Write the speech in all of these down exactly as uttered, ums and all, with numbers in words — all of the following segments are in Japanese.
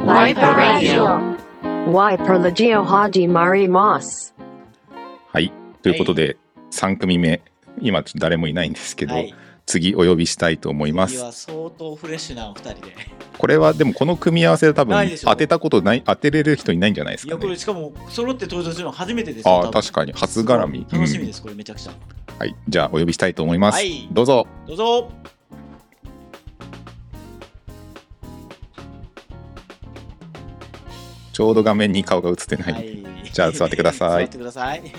ワイパーラジオ。 ワイパーラジオ始まります。 はい、ということで、はい、さん組目、今ちょっと誰もいないんですけど、はい、次お呼びしたいと思います。 次は相当フレッシュなお二人で。 これはでもこの組み合わせで多分当てたことない、当てれる人いないんじゃないですかね。 いやこれしかも揃って登場するの初めてですよ。 ああ確かに初絡み。 楽しみです、うん、これめちゃくちゃ。 はい、じゃあお呼びしたいと思います。はい、どうぞ。 どうぞ。 ちょうど画面に顔が映ってない。はい、じゃあ座ってください。 座ってください。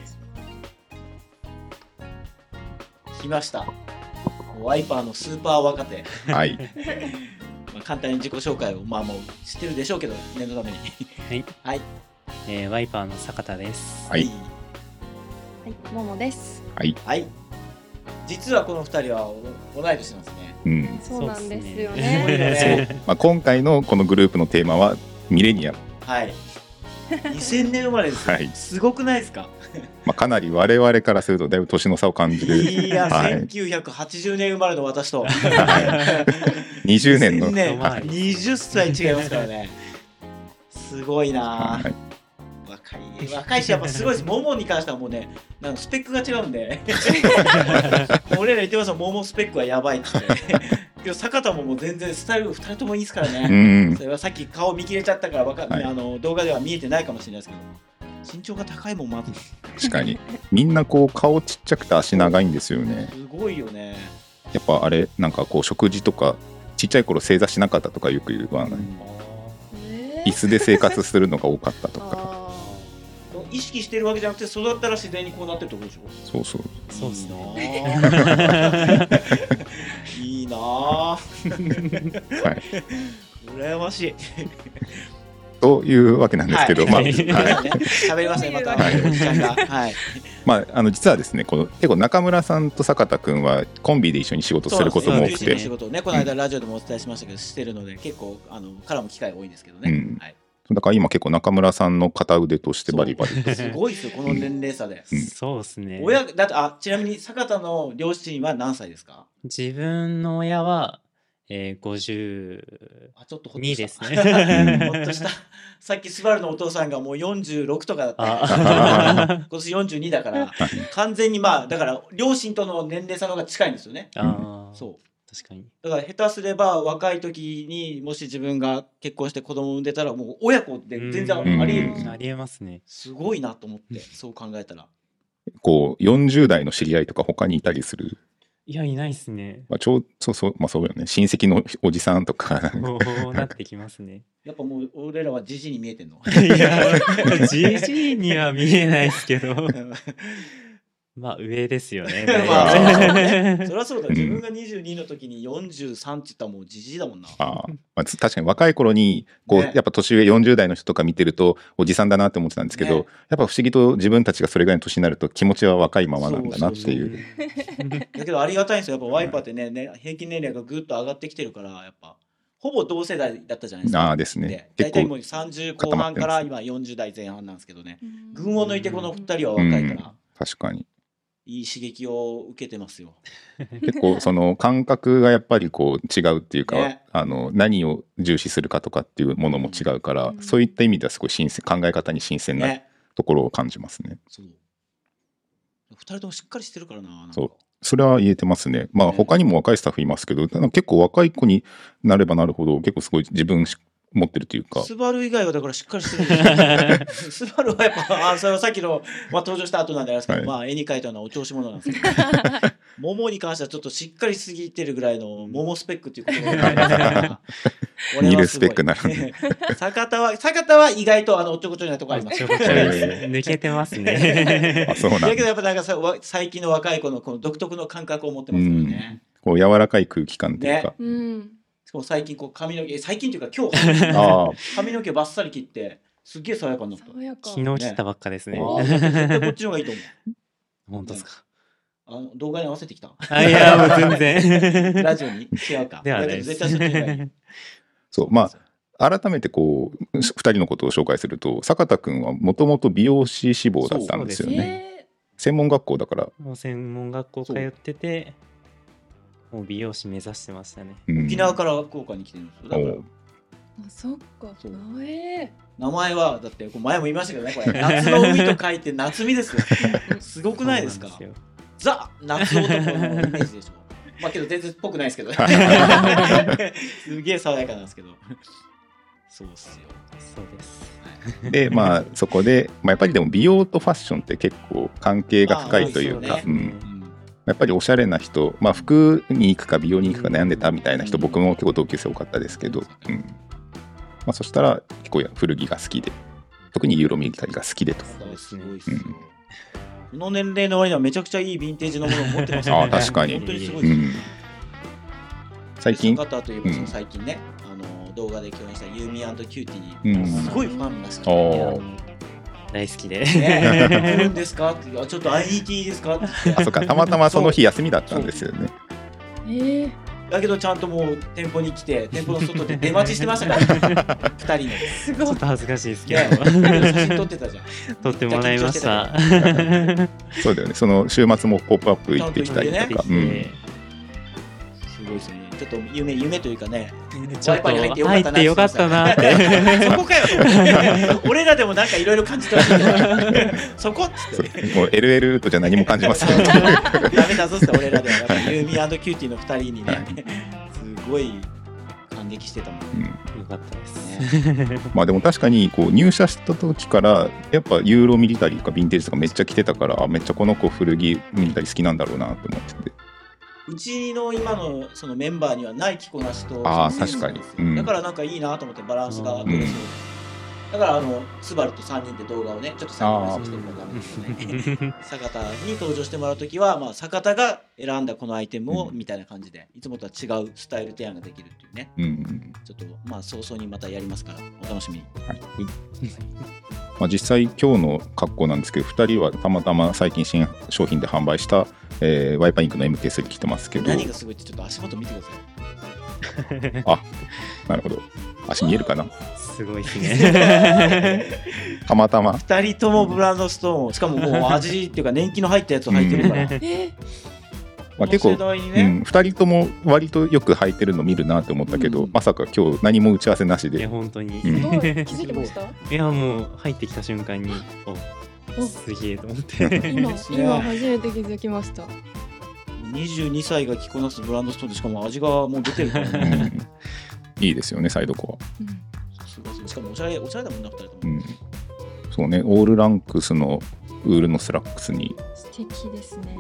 来ました。ワイパーのスーパー若手。 はい。 まあ簡単に自己紹介をまあもう知ってるでしょうけど念のために。 はい。 はい。 えー、ワイパーの坂田です。 はい。 はい、ももです。 はい。 はい。実はこの二人は同い年なんですね。 うん。 そうなんですよね。 そう。まあ今回のこのグループのテーマはミレニアム。 はい。にせんねん生まれです、はい、すごくないですか。 まあかなり我々からするとだいぶ年の差を感じる。 いや、はい、せんきゅうひゃくはちじゅうねん生まれの私と、 はい、にじゅうねんのにせんねん、はい、にじゅっさい違いますからね。すごいな、はい、若い若いしやっぱすごいです。モモに関してはもうね、なんかスペックが違うんで俺ら言ってますよ、モモスペックはやばいってけど坂田ももう全然スタイルふたりともいいですからね、うん、それはさっき顔見切れちゃったからわか、はい、あの動画では見えてないかもしれないですけど、身長が高いもんまず。 確かにみんなこう顔ちっちゃくて足長いんですよね。 すごいよね。 やっぱあれなんかこう食事とかちっちゃい頃正座しなかったとかよく言わない、うん、椅子で生活するのが多かったとか意識してるわけじゃなくて育ったら自然にこうなってるってことでしょ。 そうそうそうですね。 いいなぁはい、 羨ましいというわけなんですけど、はい、まあ、はい、 喋りますねまた、はい、おじちゃんが、はい、 まああの実はですね、この結構中村さんと坂田くんはコンビで一緒に仕事することも多くて、 仕事ね、この間ラジオでもお伝えしましたけど、うん、してるので結構あの絡む機会多いんですけどね、うん、はい。 だから今結構中村さんの片腕としてバリバリすごいですよこの年齢差で、 うん、そうですね。 親だってあちなみに坂田の両親は何歳ですか。 自分の親は、えー、ごじゅうにですね。 ほっとしたさっきスバルのお父さんがもうよんじゅうろくとかだった今年よんじゅうにだから完全にまあだから両親との年齢差の方が近いんですよね。 あそう確かに。 だから下手すれば若い時にもし自分が結婚して子供産んでたらもう親子で全然ありえるんですよ。 ありえますね。 すごいなと思ってそう考えたらこうよんじゅう代の知り合いとか他にいたりする。 いやいないですね。 まあ、ちょうそうそうまあそうよね、親戚のおじさんとかそうなってきますね。 やっぱもう俺らはジジイに見えてんの。 いやジジイには見えないですけどまあ上ですよね。 まあそりゃそうだ、自分がにじゅうにの時によんじゅうさんって言ったらもうジジイだもんな。 あ、まあ、確かに若い頃にこう、ね、やっぱ年上よんじゅう代の人とか見てるとおじさんだなって思ってたんですけど、ね、やっぱ不思議と自分たちがそれぐらいの年になると気持ちは若いままなんだなっていう。 だけどありがたいんですよ、やっぱワイパーって ね, ね平均年齢がぐっと上がってきてるからやっぱほぼ同世代だったじゃないですか。 ああですね。 大体もうさんじゅう後半から今よんじゅう代前半なんですけどね、群を抜いてこのふたりは若いから、 確かにいい刺激を受けてますよ。 結構その感覚がやっぱりこう違うっていうか、ね、あの何を重視するかとかっていうものも違うから、うん、そういった意味ではすごい新鮮、考え方に新鮮なところを感じますね。ね、 そうふたりともしっかりしてるからな。なんかそうそれは言えてますね。まあ他にも若いスタッフいますけど、結構若い子になればなるほど結構すごい自分持ってるというか、 スバル以外はだからしっかりしてるんですよスバルはやっぱあそれはさっきの、まあ、登場した後なんであれですけど、はい、まあ絵に描いたのはお調子者なんですけどモモに関してはちょっとしっかりしすぎてるぐらいのモモスペックっていうことがニルスペックなので坂田は坂田は意外とあのおっちょこちょいなところあります。 抜けてますね。 あ、そうなんだ。 だけどやっぱなんかさ最近の若い子のこの独特の感覚を持ってますよね。 こう柔らかい空気感っていうか、ね、 うん最近こう髪の毛最近というか今日髪の毛バッサリ切ってすっげえ爽やかになった。 昨日切ったばっかですね。 あ絶対こっちの方がいいと思う。 本当ですか。 あの動画に合わせてきた。 あいやもう全然ラジオに違うか。 ではないです。 絶対そっちの方がいい。 そうまあ改めてこうふたりのことを紹介すると、坂田くんはもともと美容師志望だったんですよね。専門学校だから。 もう専門学校通ってて。もう美容師目指してましたね、 うん、沖縄から福岡に来てるんですよ。だからあ、そっか。 そうええ名前はだってこう前も言いましたけどね、これ夏の海と書いて夏美ですよ。すごくないですか。 そうなんよザ夏男のイメージでしょ。まあけど全然っぽくないですけどね。すげえ爽やかなんですけど。そうっすよ。 そうです。 でまあそこで、まあ、やっぱりでも美容とファッションって結構関係が深いというか、 まあそうですねうんやっぱりおしゃれな人、まあ、服に行くか美容に行くか悩んでたみたいな人、 うん僕も結構同級生多かったですけど、うんまあ、そしたら結構古着が好きで、特にユーロミリタリーが好きでと。 そうですすごいっすよ。この年齢の割にはめちゃくちゃいいヴィンテージのものを持ってますよね。 あー確かに本当にすごいですよ。 うん、最近坂田といえばその最近ね、あの動画で共演したユーミー&キューティー、 うんすごいファンらしくて、 おー大好きで。 ね、来るんですかって、あちょっと会いに行っていいですかって言ってあそっかたまたまその日休みだったんですよね。 ええだけどちゃんともう店舗に来て店舗の外で出待ちしてましたからふたりのちょすごいっと恥ずかしいですけねど、 写真撮ってたじゃん。 撮ってもらいました。 そうだよね、その週末もポップアップ行ってきたりとか、 ちゃんと行うんですごいですよね。ちょっと夢夢というかね、 ちょっとワイパーに入入ってよかったなってよかったなって。 そこかよ俺らでもなんかいろいろ感じてほしいけどそこっつってそうもう エルエル とじゃ何も感じません。 ダメだぞっつって俺らではやっぱユーミー&キューティーのふたりにねすごい感激してたもんうんよかったです。 ね。 まあでも確かにこう入社した時からやっぱユーロミリタリーとかヴィンテージとかめっちゃ着てたから、あめっちゃこの子古着ミリタリー好きなんだろうなと思ってて、 うちの今のそのメンバーにはない着こなしとあーそのセンスなんですよ確かにうんだからなんかいいなと思ってバランスがうん取れそう、だからあのスバルとさんにんで動画をねちょっとさんにんでしてるからダメですよね坂田に登場してもらうときは、まあ、坂田が選んだこのアイテムをうんみたいな感じでいつもとは違うスタイル提案ができるっていうね、 うんちょっとまあ早々にまたやりますからお楽しみに。 まあ、実際今日の格好なんですけどふたりはたまたま最近新商品で販売した、えーワイパーインクの エムケースリー 着てますけど、 何がすごいってちょっと足元見てください。 あなるほど足見えるかな、 すごいですね。 たまたまふたりともブランドストーンしかももう味っていうか年季の入ったやつを履いてるから、 えまあ、結構、 この世代にね、 うん、ふたりとも割とよく履いてるの見るなって思ったけど、 うんまさか今日何も打ち合わせなしいやで、 本当に。 うんすごい気づいてましたいやもう入ってきた瞬間に、おおすげえと思って。 今ですね今初めて気づきましたにじゅうにさいが着こなすブランドストーンでしかも味がもう出てるからうね。 ん、いいですよねサイドコうんすごいすごいしかもおしゃれおしゃれだもんなふたりとア、うも。 ん、そうねオールランクスのウールのスラックスに素敵ですね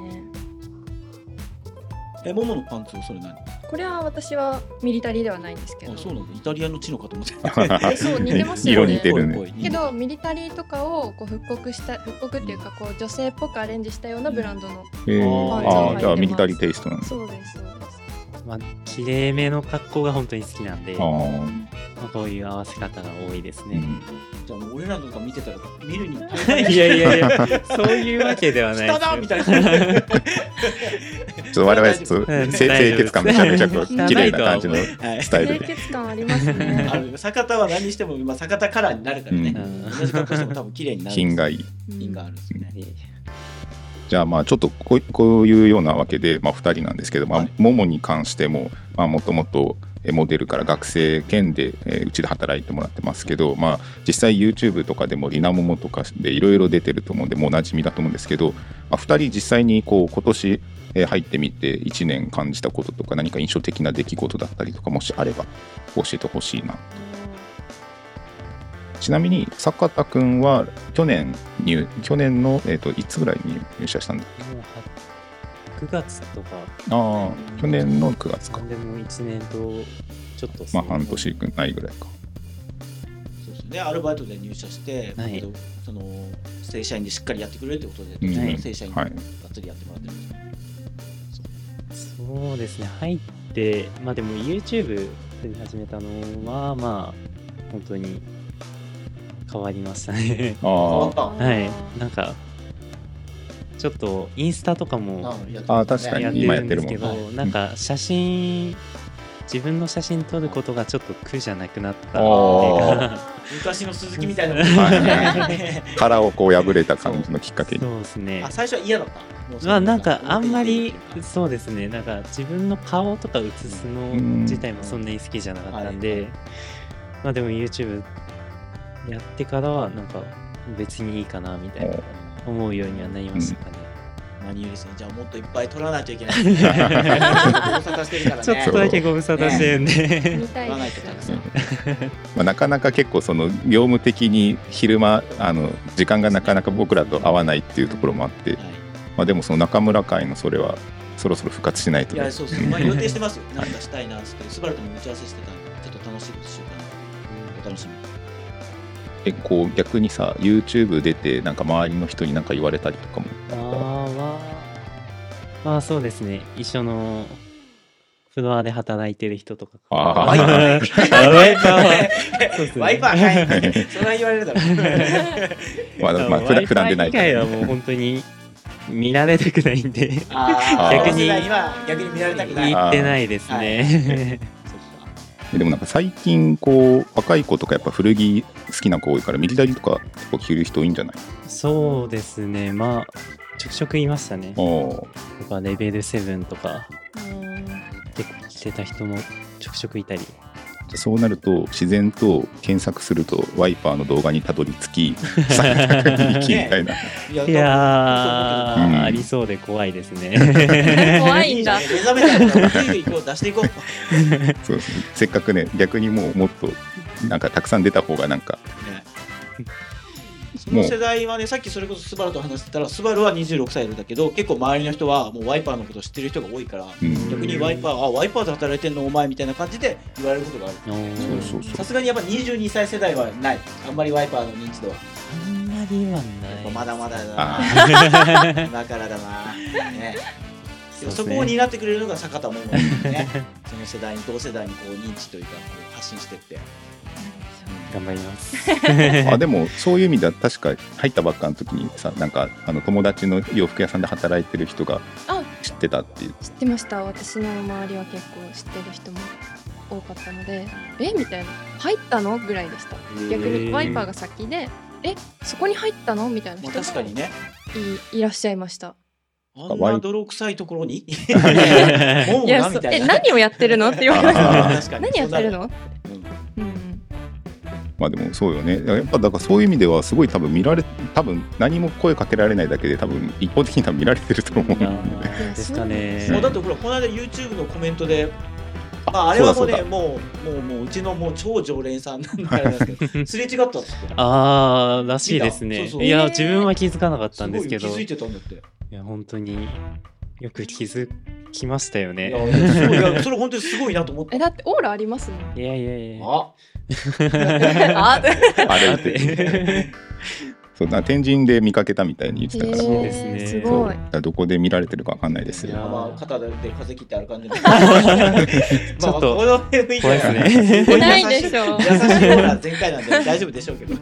え、もものパンツそれ何？あ、 これは私はミリタリーではないんですけどそうなんだ。イタリアのチノかと思って。 えそう似てますよね色似てるね。 ぽいぽいけどミリタリーとかをこう復刻した復刻っていうかこう女性っぽくアレンジしたようなブランドのえー、 あーあーじゃあミリタリーテイストなんです。 そうですそうですまあ綺麗めの格好が本当に好きなんで、 あまーあこういう合わせ方が多いですね。 うんじゃあもう俺らのとか見てたら見るにいやいやいや、そういうわけではないですよ。 下だみたいな。 ちょっと我々ちょっとうん清清潔感めちゃめちゃこう大丈夫綺麗な感じのはいスタイルで。 清潔感ありますねあの坂田は何しても今坂田カラーになるからね。 うん同じ格好しても多分綺麗になる。 品がいい。 品があるんですよね。 いやいやじゃあまあちょっとこうこういうようなわけで、まあ、ふたりなんですけど、まあはい、 ももに関してももともとモデルから学生兼でえーうちで働いてもらってますけど、まあ、実際 YouTube とかでもリナモモとかでいろいろ出てると思うんでもうおなじみだと思うんですけど、まあ、ふたり実際にこう今年えー入ってみていちねん感じたこととか何か印象的な出来事だったりとかもしあれば教えてほしいな。ちなみに坂田くんは去年入去年の、えー、といつぐらいに入社したんだっけ？ もうはくがつとか、 ああ去年のくがつかなんでもいちねんとちょっとまあ半年ないぐらいか。 そうですね。アルバイトで入社して、 はいけどその正社員でしっかりやってくれるってことで、 うんはい正社員ではいがっつりやってもらってるんですよ。 そうですね、入って、まあでも YouTube で始めたのは、まあ、本当に変わりましたね。 ああ変わった。 はい、なんか、ちょっとインスタとかもあやってあますね確かにやってるんですけど、 今やってるもんなんか写真、自分の写真撮ることがちょっと苦じゃなくなったっていうあか、 昔の鈴木みたいな。 はい殻をこう破れた感じのきっかけに。 そうですねあ。最初は嫌だった。もうそのまあなんかあんま表にり出るっていうかそうですね、なんか自分の顔とか写すのうん自体もそんなに好きじゃなかったんで、 まあでも YouTube やってからはなんか別にいいかなみたいな思うようにはなりましたかね。 何よりですね、じゃあもっといっぱい撮らないといけないですね。ご無沙汰してるからね。 ちょっとだけご無沙汰してるんで、 見た撮らないいですとたくさん。 まあ、なかなか結構その業務的に昼間あの時間がなかなか僕らと合わないっていうところもあって、 はい、 まあ、でもその中村会のそれはそろそろ復活しないとね。 いや、そうそう、まあ、予定してますよ。なんかしたいなっつって、スバルとも打ち合わせしてたんで、ちょっと楽しいことしようかな。お楽しみ。 えこう逆にさ YouTube 出てなんか周りの人に何か言われたりとかもあーはまあそうですね、一緒のフロアで働いてる人とかあーワイパーあワイパーはそうですねワイパーはい。それは言われるだろう。 まあまあ普段普段出ないから以外はもう本当に見られたくないんであー逆に今逆に見られたくない。 言ってないですね。 そっか。 でもなんか最近こう若い子とかやっぱ古着好きな子多いからミリタリーとか結構着る人多いんじゃない？ そうですね、まあちょくちょく言いましたね。 おーとかレベルセブンとかうん結構着てた人もちょくちょくいたり。 じゃあそうなると自然と検索するとワイパーの動画にたどり着き最悪に行きみたいな。 いやいやー、 うんありそうで怖いですね。 怖いんだ。 目覚めたらグイグイこう出していこう。 そうですね、せっかくね逆にもうもっとなんかたくさん出た方がなんかねその世代はね、さっきそれこそスバルと話してたら、スバルはにじゅうろくさいだけど、結構周りの人はもうワイパーのことを知ってる人が多いから、 うん逆にワイパー、あ、ワイパーで働いてんのお前みたいな感じで言われることがある。 そうそうそうさすがにやっぱにじゅうにさい世代はない。あんまりワイパーの認知度は。 あんまりはやっない。 ぱまだまだだあな。今からだな。ね。でもそそうですねこを担ってくれるのが坂田桃ですね。その世代に同世代にこう認知というかこう発信してって。 頑張ります。 あでもそういう意味では確か入ったばっかの時にさなんかあの友達の洋服屋さんで働いてる人があ知ってたっていう。 知ってました。私の周りは結構知ってる人も多かったので、えみたいな、入ったのぐらいでした。逆にワイパーが先で、えそこに入ったのみたいなまあ人確かにね。 いいらっしゃいました。 あんな泥臭いところにい桃やそえがみたいな。 何をやってるのって言われた。 あー確かに何やってるの？ うんうんまあでもそうよね。やっぱだからそういう意味ではすごい多分見られ多分何も声かけられないだけで多分一方的に多分見られてると思う。 あーですかね。 もうだってほらこの間 YouTube のコメントで、まああれはもうねそうだもうもうもううちのもう超常連さんなんだからですけど、すれ違ったっつって。 あーらしいですね。 見たそうそういや自分は気づかなかったんですけど、いすごい気づいてたんだって。 や本当によく気づきましたよいやね。 いやすごいいやそれ本当にすごいなと思ったえ。だってオーラありますもん。 いやいやいや。 あ、 ああれってそうな天神で見かけたみたいに言ってたから、 そうですねすごい。 そうだからどこで見られてるかわかんないですよ。 いやまあ肩で風切ってある感じで。 ちょっとこの雰囲気怖いですね。 すごい優しないでしょ優しいオーラ全開なんで大丈夫でしょうけど。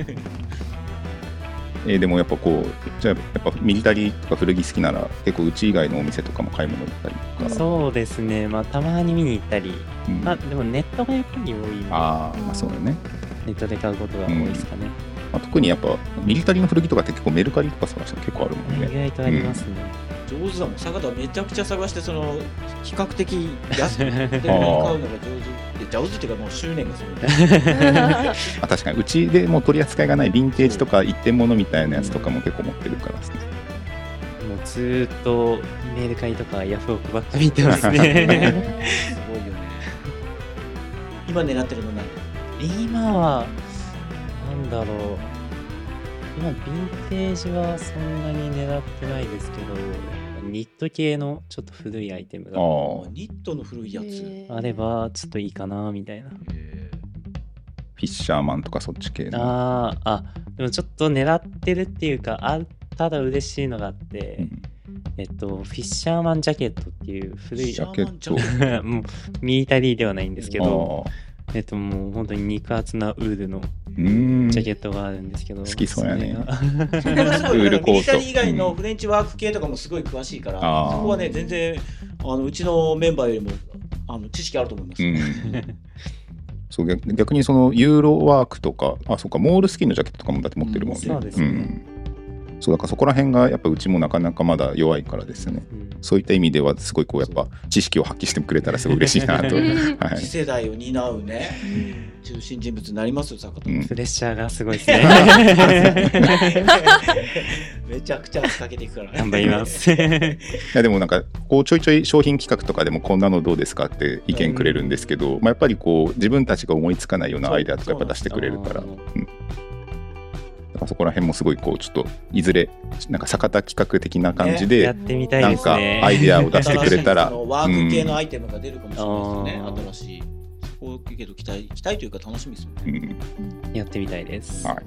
えーでもやっぱこうじゃあやっぱミリタリーとか古着好きなら結構うち以外のお店とかも買い物行ったりとか。 そうですね。まあたまに見に行ったり、 うんまあでもネットがやっぱり多いんで、 あーまあそうだね。 ネットで買うことが多いですかね。 まあ、特にやっぱミリタリーの古着とかって結構メルカリとか探したら結構あるもんね。 意外とありますね。 上手だもん。坂田めちゃくちゃ探してその比較的安くで買うのが上手で上手っていうかもう執念がすごい。 まあ、確かにうちでもう取り扱いがないヴィンテージとか一点物みたいなやつとかも結構持ってるからですね。 もうずーっとメルカリとかヤフオクばっか見てますね。 すごいよね。今狙ってるの何？ 今はなんだろう。今ヴィンテージはそんなに狙ってないですけど、ニット系のちょっと古いアイテムがああニットの古いやつ。 へーあればちょっといいかなみたいな。 へフィッシャーマンとかそっち系の。 あーあ、でもちょっと狙ってるっていうか、あただ嬉しいのがあって、 うんえっと、フィッシャーマンジャケットっていう古いジャケットシャもうミリタリーではないんですけど、 あえっともう本当に肉厚なウールのーうーんジャケットがあるんですけど、 好きそうやねそれがそこがすごいウールコートミリタリー以外のフレンチワーク系とかもすごい詳しいから、 あーそこはね全然あのうちのメンバーよりもあの知識あると思います。 うんそう逆逆にそのユーロワークとかあそうかモールスキンのジャケットとかもだって持ってるもんね。 そうですねんそうだからそこら辺がやっぱうちもなかなかまだ弱いからですね、 うん、 そういった意味ではすごいこうやっぱ知識を発揮してくれたらすごい嬉しいなと、は次い、 世代を担うね中心人物になりますよ坂田、 うん、 プレッシャーがすごいですねめちゃくちゃかけていくから頑張りますいやでもなんかこうちょいちょい商品企画とかでもこんなのどうですかって意見くれるんですけど、うん、まあ、やっぱりこう自分たちが思いつかないようなアイデアとかやっぱ出してくれるから、うん、だからそこら辺もすごいこうちょっといずれなんか坂田企画的な感じで、ね、 やってみたいですね。 なんかアイデアを出してくれたらワーク系のアイテムが出るかもしれないですよね、うん、新しいそこけど期待期待というか楽しみですよね、 うん、やってみたいです、 はい、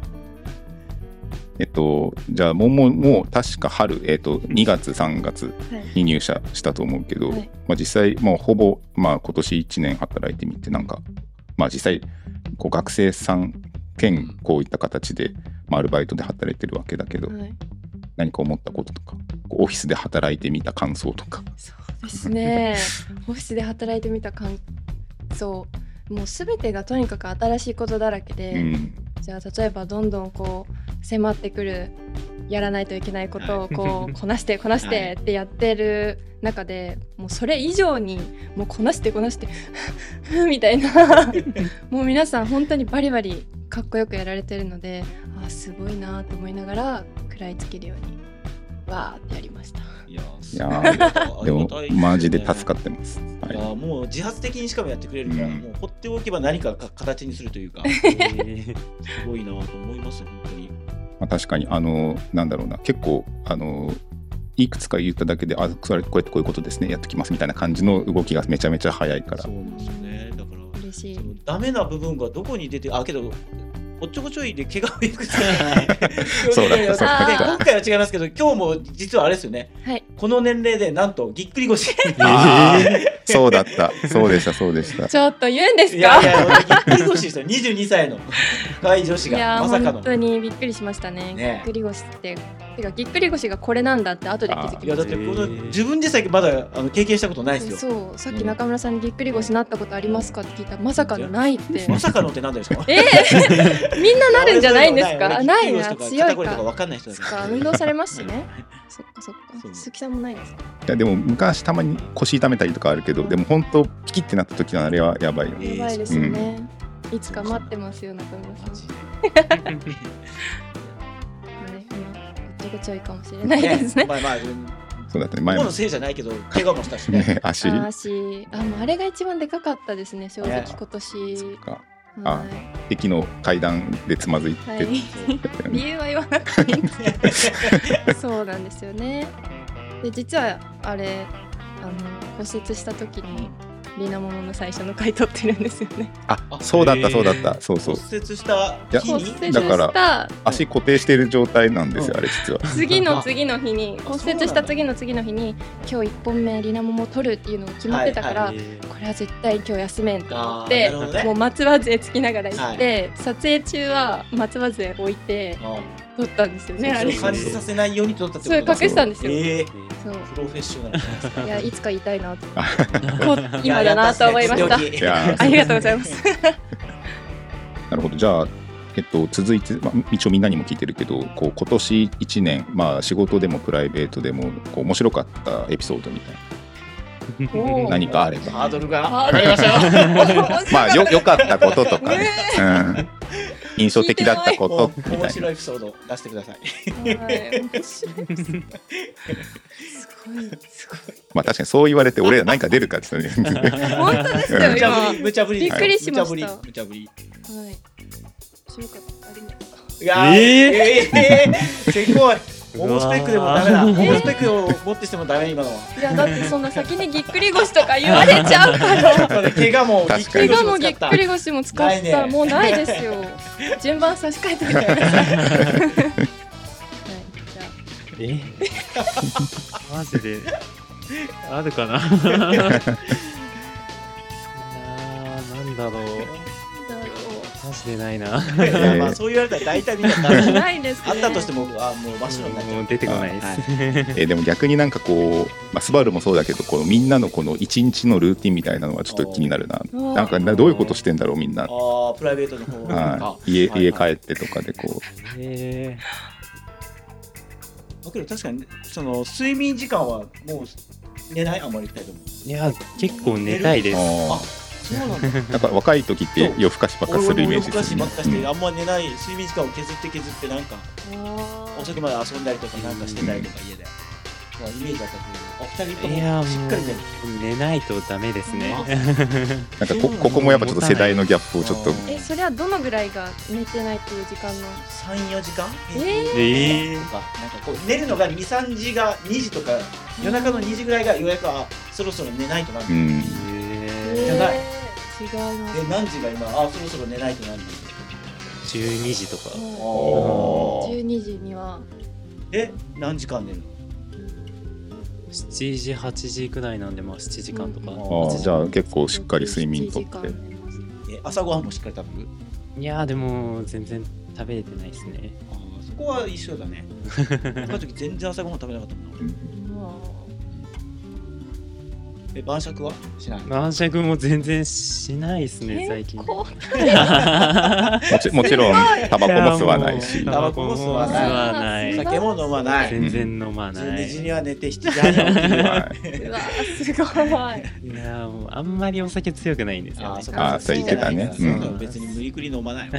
えっとじゃあももも確か春、えっと、にがつさんがつに入社したと思うけど、はい、まあ、実際もうほぼ、まあ、今年いちねん働いてみてなんか、まあ、実際こう学生さん兼こういった形で、まあ、アルバイトで働いてるわけだけど、はい、何か思ったこととかこうオフィスで働いてみた感想とか。 そうですねオフィスで働いてみた感想、もう全てがとにかく新しいことだらけで、うん、じゃあ例えばどんどんこう迫ってくるやらないといけないことをこうこなしてこなしてってやってる中で、もうそれ以上にもうこなしてこなしてみたいなもう皆さん本当にバリバリかっこよくやられてるので、あすごいなと思いながら食らいつけるようにわーってやりました。 いやいやでもマジで助かってます、はい、 いやもう自発的にしかもやってくれるから、うん、もう放っておけば何か形にするというかすごいなと思います本当に。 まあ、確かにあのなんだろうな結構あのいくつか言っただけであそれこうやってこういうことですねやってきますみたいな感じの動きがめちゃめちゃ早いから。 そうですよね。だから嬉しい。 ダメな部分がどこに出てあけどおっちょこちょいで怪我をいくつかそうだったそうだった今回は違いますけど今日も実はあれですよね、はい、この年齢でなんとぎっくり腰そうだったそうでしたそうでしたちょっと言うんですか。 いやいやぎっくり腰ですよにじゅうにさいの若い女子がいやまさかの本当にびっくりしましたね。ねぎっくり腰っててかぎっくり腰がこれなんだって後で気づきました。 いやだってこの自分でさえまだあの経験したことないですよ。 そうさっき中村さんにぎっくり腰なったことありますかって聞いたらまさかのないってまさかのって何ですかえー、みんななるんじゃないんですか。ないな強いか分かんない人だから運動されますしねそっかそっか鈴木さんもないですか。 いやでも昔たまに腰痛めたりとかあるけど、うん、でも本当ピキってなった時のあれはやばいよね。 やばいですよね、うん、いつか待ってますよ中村さんごちょいかもしれないですね。 まあまあ、 そうだったね。 前のせいじゃないけど怪我もしたしね。 ね足。 足。あもうあれが一番でかかったですね。正直今年。 そうか。あ、駅の階段でつまずいて。はい、 理由は言わなくていいんですけど。そうなんですよね。で実はあれあの骨折した時に。リナモモの最初の回取ってるんですよね。 あ、そうだったそうだった。そうそう。 骨折した日にだから足固定している状態なんですよ、うん、あれ実は。 次の次の日に骨折した次の次の日に今日いっぽんめリナモモを取るっていうのが決まってたから、はいはい、これは絶対今日休めんと思って、ね、もう松葉杖つきながら行って、はい、撮影中は松葉杖置いて撮ったんですよね。あれ感じさせないように撮ったってことだ。そう隠したんですよ。 えー、そうプロフェッショナル。 いやいつか言いたいなと今だなと思いました。いやありがとうございます。 なるほど。じゃあ、えっと、続いて、まあ、一応みんなにも聞いてるけどこう今年いちねん、まあ、仕事でもプライベートでもこう面白かったエピソードみたいな何かあれば。 ハードルが上がりました。 まあよ良かったこととか、ねうん、印象的だったことみたいな面白いエピソード出してください。はい、面白いです。すごいすごい。 まあ確かにそう言われて俺ら何か出るかって言ったね。本当ですよ今。 無茶ぶりびっくりしました。 無茶ぶり。 はい。面白かったありますか。 いやーえー、えー、せこい。ホモスペックでもダメだ。ホモスペックを持ってしてもダメ今のは。 いやだってそんな先にぎっくり腰とか言われちゃうから。 怪我もぎっくり腰もぎっくり腰も使った。もうないですよ。順番差し替えてください。はいじゃあ。 え？マジであるかな。ななんだろう。マジでないな。 まあそう言われたら大体みんなないです、ね。 あったとしてもあもう真っ白になっちゃう。 もう出てこないです。はい、 えでも逆になんかこう、まあ、スバルもそうだけどこのみんなのこの一日のルーティンみたいなのはちょっと気になるな。なんかどういうことしてんだろうみんな。 ああプライベートの方はい家家帰ってとかでこう。 へだけど確かにその睡眠時間はもう寝ないあんまりふたりとも。 いや結構寝たいです。 あ、 あそうなんだ。 ーなんか若い時って夜更かしばっかするイメージですね俺も夜更かしばっかして、 うんあんま寝ない睡眠時間を削って削ってなんか遅くまで遊んだりとかなんかしてたりとか家で、まあイメージだったけど、あふたりともいやもうしっかり寝る。 寝ないとダメですね。 なんかこここもやっぱちょっと世代のギャップをちょっとえ、それはどのぐらいが寝てないっていう時間の？ さん、よじかんええーとかなんかこう寝るのがに、さんじがにじとか夜中のにじぐらいがようやくあそろそろ寝ないとなる。 うんえじゃない違います。 で何時が今あそろそろ寝ないとなる。 ー、じゅうにじとか。 おーじゅうにじにはえ何時間寝るの？ しちじはちじくらいなんでまあしちじかんとか。 うんあーじゃあ結構しっかり睡眠とってしちじかん寝ます。 え朝ごはんもしっかり食べる？ いやーでも全然食べれてないですね。 あーそこは一緒だね。若い時全然朝ごはん食べなかったもんな。 うんまえ晩酌はしない？ 晩酌も全然しないですね最近。 結構もちもちろんタバコも吸わないしやもうタバコも吸わない。吸わない酒も飲まない。 全然飲まなじゅうにい。 じには寝てしちじはんに起きる。 はうわすごい。 いやーもうあんまりお酒強くないんですよね。 あーそっあーそう言ってたねそううん別に無理くり飲まないわ。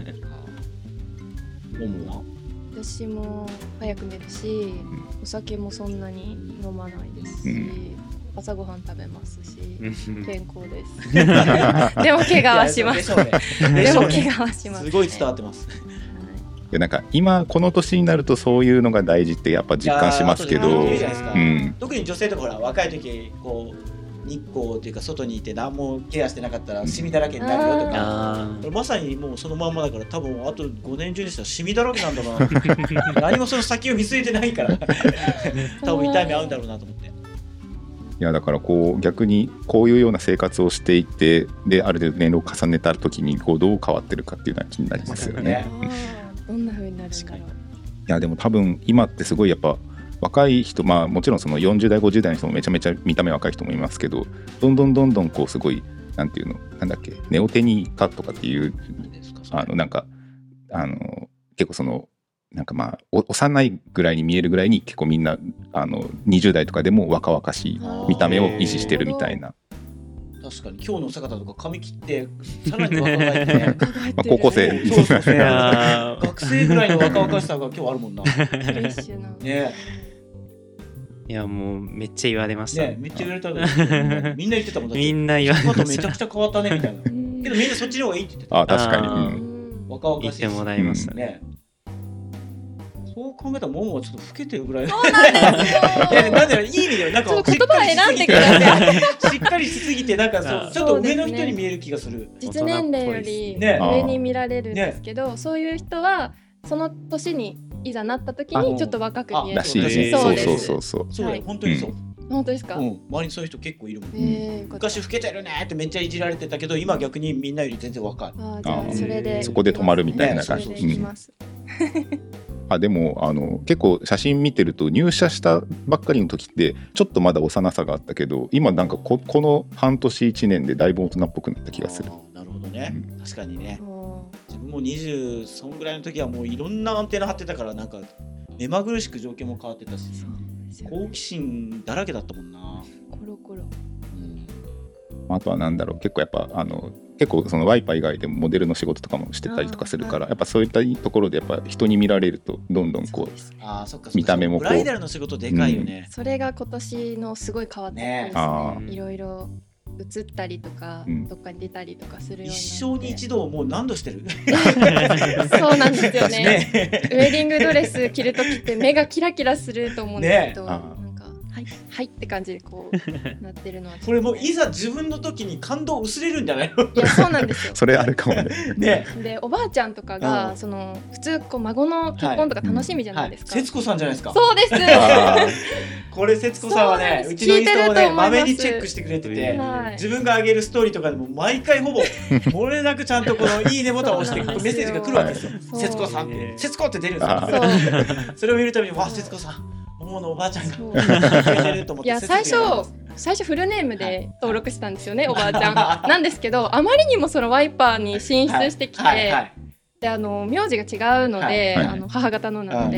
ももは？ 私も早く寝るし、お酒もそんなに飲まないですし、 うん朝ごはん食べますし、 うん健康です。でも怪我はします。 でしょうね。ででもしょうね。 怪我はします。 すごい伝わってます。 いやなんか今この年になるとそういうのが大事ってやっぱ実感しますけど、 いやー後で言うじゃないですかうん特に女性とかほら若い時こう日光っていうか外にいて何もケアしてなかったらシミだらけになるよとか。 あーまさにもうそのまんまだから多分あとごねん中にしたらシミだらけなんだな何もその先を見据えてないから多分痛い目合うんだろうなと思って。 いやだからこう逆にこういうような生活をしていってである程度年齢を重ねた時にこうどう変わってるかっていうのは気になりますよね。 あーどんな風になるんだろう。 いやでも多分今ってすごいやっぱ若い人まあもちろんそのよんじゅう代ごじゅう代の人もめちゃめちゃ見た目若い人もいますけどどんどんどんどんこうすごいなんていうのなんだっけネオテニー化とかっていうあのなんかあの結構そのなんかまあお幼いぐらいに見えるぐらいに結構みんなあのにじゅう代とかでも若々しい見た目を維持してるみたいな、 確かに今日のお姿とか髪切ってさらに若々しいね考えまあ、 てる高校生そうそうそういやー学生ぐらいの若々しさが今日あるもんなフレッシュな。 ねいやもうめっちゃ言われました。 ねめっちゃ言われたのみんな言ってたもんだってみんな言われまあとめちゃした。 くちゃ変わったねみたいなけどみんなそっちの方がいいって言ってたあ確かに、 あーうんうん若々しい言ってもらいましたね。 ねそう考えたらももはちょっと老けてるぐらいそうなんですよ。 いやなんでいい意味でなんかちょっと言葉選んでください。 しっかりしすぎてなんかそうあちょっと上の人に見える気がする。 実年齢よりね上に見られるんですけど、そういう人はその年にいざなった時にちょっと若く見えるらしいですね。 そそううです。 そうそうそう。 そうだよはい本当にそう。 本当ですか？ うん周りにそういう人結構いるもん。 えー、よかった。 昔老けてるねってめっちゃいじられてたけど今逆にみんなより全然若い。 あーじゃああーそれでそこで止まるみたいなそれ感じ。うんでいきます。 あでもあの結構写真見てると入社したばっかりの時ってちょっとまだ幼さがあったけど今なんか こ, この半年いちねんでだいぶ大人っぽくなった気がする。 あーなるほどね。確かにね。 も自分もにじゅうそんぐらいの時はもういろんなアンテナ張ってたからなんか目まぐるしく条件も変わってたしうそうですよ好奇心だらけだったもんな。 コロコロ。 うんあとはなんだろう結構やっぱあの結構そのワイパー以外でもモデルの仕事とかもしてたりとかするからやっぱそういったところでやっぱ人に見られるとどんどんこうそうですねあーそっかそっか見た目もこうブライダルの仕事でかいよね。 それが今年のすごい変わったねですあね。いろいろ映ったりとか、 うんどっかに出たりとかするようになって。 一生に一度もう何度してるそうなんですよね。 ねウェディングドレス着るときって目がキラキラすると思うんですけど、 ねなんかはいはいって感じでこうなってるのはこれもういざ自分の時に感動薄れるんじゃないのいやそうなんですよ。 それあるかもね。 ねでおばあちゃんとかうんがその普通こう孫の結婚とか楽しみじゃないですか。 節子さんじゃないですか。 そうです。 あこれ節子さんはねそううちのインスタをね聞いてると思いますまめにチェックしてくれてて、 はい自分が上げるストーリーとかでも毎回ほぼ漏れなくちゃんとこのいいねボタンを押してそうなんですよメッセージが来るわけですよ。 そう節子さんってね節子って出るんですよ。 あそうそれを見るたびにわ節子さん桃のおばあちゃんがそうくれてると思って。 いや最初最初フルネームで登録したんですよね、おばあちゃん。なんですけどあまりにもそのワイパーに進出してきて、 はいはいはいであの名字が違うので、 はいあの母方のなので、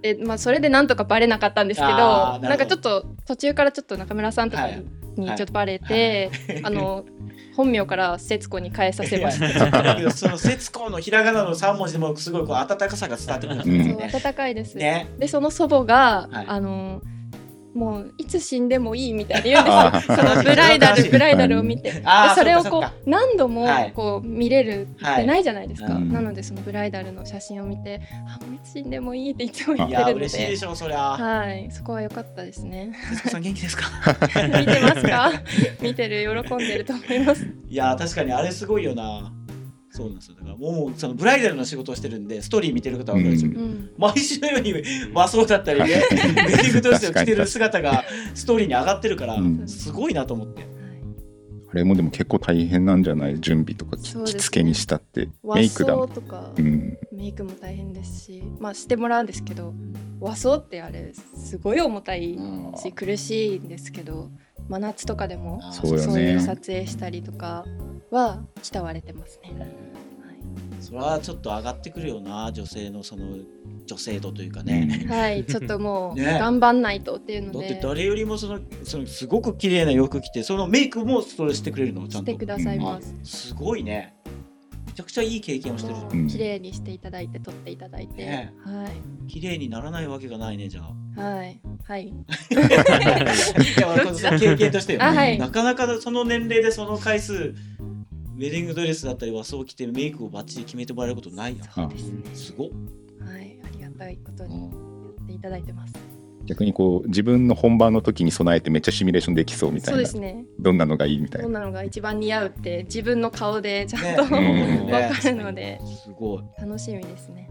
で、まあ、それでなんとかバレなかったんですけど、 あーなるほどなんかちょっと途中からちょっと中村さんとかにちょっとバレて、あの本名から節子に変えさせました。 だけどその節子のひらがなのさん文字でもすごいこう温かさが伝わってくるんですよね。 そう温かいです、 ね。 でその祖母が、 はいあのもういつ死んでもいいみたいに言うんですよ。そのブライダルブライダルを見て、であーそれをこそっかそっかう何度もはいこう見れるってないじゃないですか、 はいうんなのでそのブライダルの写真を見て、あもういつ死んでもいいっていつも言っいやてるの嬉しいでで、 しょうそりゃ。 はいそこは良かったですね。 節子さん元気ですか？ 見てますか？見てる喜んでると思います。 いや確かにあれすごいよな。そうなんですよ。だからもうそのブライダルの仕事をしてるんでストーリー見てる方は分かるでしょうけど、 うん毎週のように和装だったりね、ウェディングドレスを着てる姿がストーリーに上がってるからうんすごいなと思って。 あれもでも結構大変なんじゃない？準備とかそうですね着付けにしたってメ和イクだもん。 装とか、 うん、 メイクも大変ですし、まあしてもらうんですけど、和装ってあれすごい重たいし苦しいんですけど、真夏とかでもそうよねそういう撮影したりとかは慕われてますね。 それはちょっと上がってくるよな、女性のその女性度というかね。 はい、はい、ちょっともうね頑張んないとっていうので、 だって誰よりもそのそのすごく綺麗な洋服着て、そのメイクもそれしてくれるのちゃんと。 してくださいます。 あすごいね。めちゃくちゃいい経験をしてるじゃん。 うん綺麗にしていただいて撮っていただいて、 ねは綺麗にならないわけがないねじゃあ。 いはいはいいやまあこの経験としてよ、 あはいなかなかその年齢でその回数ウェディングドレスだったり和装を着てメイクをバッチリ決めてもらえることないやん。 そうですね。 すごっ。 はいありがたいことにやっていただいてます。 逆にこう自分の本番の時に備えてめっちゃシミュレーションできそうみたいそうな。 ですね。 どんなのがいいみたいな。 どんなのが一番似合うって自分の顔でちゃんと、 ねわかるので、 すごい。 楽しみですね。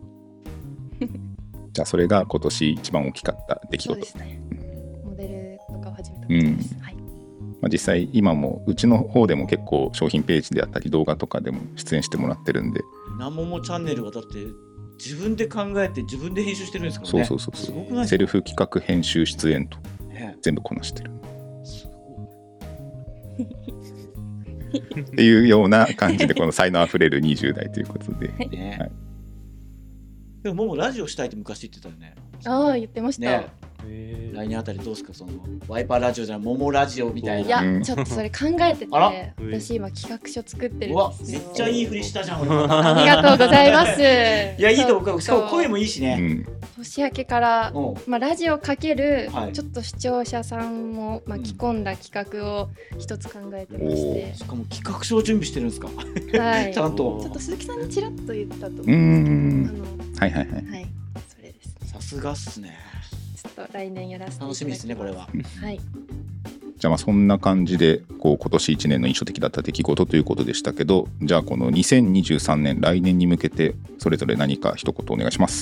じゃあそれが今年一番大きかった出来事そうで。すね。モデルとかを始めたことです。はい。 まあ、実際今もうちの方でも結構商品ページであったり動画とかでも出演してもらってるんで、 なももチャンネルはだって自分で考えて自分で編集してるんですからそうね。 そうそうそすごくないうセルフ企画編集出演とね。 全部こなしてるすごっていうような感じでこの才能あふれるにじゅう代ということでいね。 はいでもももラジオしたいって昔言ってたよね。 ああ言ってました。 ね。 へー来年あたりどうですか、そのワイパーラジオじゃないモモラジオみたいな。 いや、 うんちょっとそれ考えてて、 あら私今企画書作ってるうんわですよ。 めっちゃいいふりしたじゃん俺。 ありがとうございます。いいやいいと思う。しかも声もいいしね。 うん年明けから、 うんまあ、ラジオかける、 はいちょっと視聴者さんも巻き込んだ企画を一つ考えてまして、 しかも企画書を準備してるんですか。 はい、ちょちゃんと。 っと鈴木さんにちらっと言ったと思ううーんあのはいはいはいはいそれですね。 さすがっすね。 ちょっと来年やらせていただきます。 楽しみですねこれは。 はい。 じゃあまあそんな感じでこう今年いちねんの印象的だった出来事ということでしたけど、じゃあこのにせんにじゅうさんねん来年に向けてそれぞれ何か一言お願いします。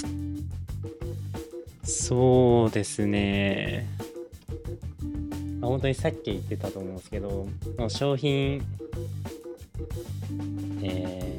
そうですね、まあ、本当にさっき言ってたと思うんですけど、まあ商品え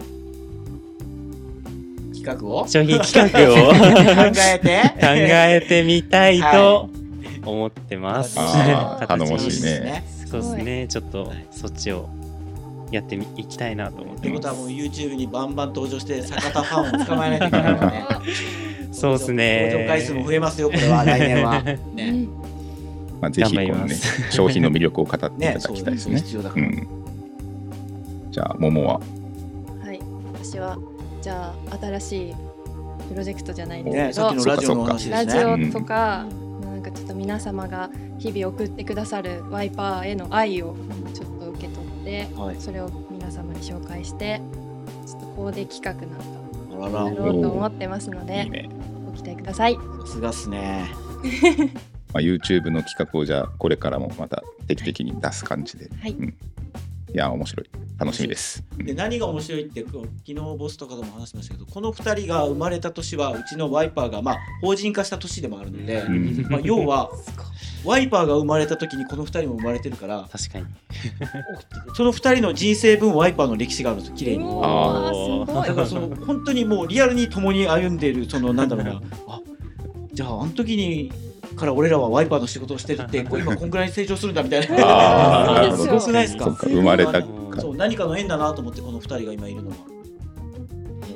企画をー、商品企画を考えて考えてみたいと思ってます。 あー形に頼もしいね。 そうですね、ちょっとそっちをやってみいきたいなと思っっててます。 ことはもう YouTube にバンバン登場して坂田ファンを捕まえないといけないからね。 そうですね。 登場回数も増えますよこれは来年は。 うね。 んまあ、ぜひこのね頑張ります商品の魅力を語っていたねだそうきたいですね。 必要だから。 うん、じゃあ桃ははい。私はじゃあ新しいプロジェクトじゃないですねけど、 さっきのラジオの話でラジすね。 オとか、なんかちょっと皆様が日々送ってくださるワイパーへの愛をちょっと受け取って、 はいそれを皆様に紹介して、ちょっとコーデ企画なんかあららをやろうと思ってますのでいいね。 ご期待ください。 さすがっすね。 まあ、YouTube の企画をじゃあこれからもまた定期的に出す感じで、 はいうん、いや面白い楽しみです。うんで何が面白いってこう昨日ボスとかとも話しましたけど、このふたりが生まれた年はうちのワイパーがまあ法人化した年でもあるので、 うんまあ、要はワイパーが生まれた時にこのふたりも生まれてるから確かに。 そのふたりの人生分ワイパーの歴史があるんですよ綺麗に。 おあーすごい。 だからその本当にもうリアルに共に歩んでいるそのなんだろうなあじゃああの時にから俺らはワイパーの仕事をしてるってこう今こんくらいに成長するんだみたいな。 あーそうですよすごくないですか。 そっか生まれたかそう何かの縁だなと思ってこのふたりが今いるのは。そのふた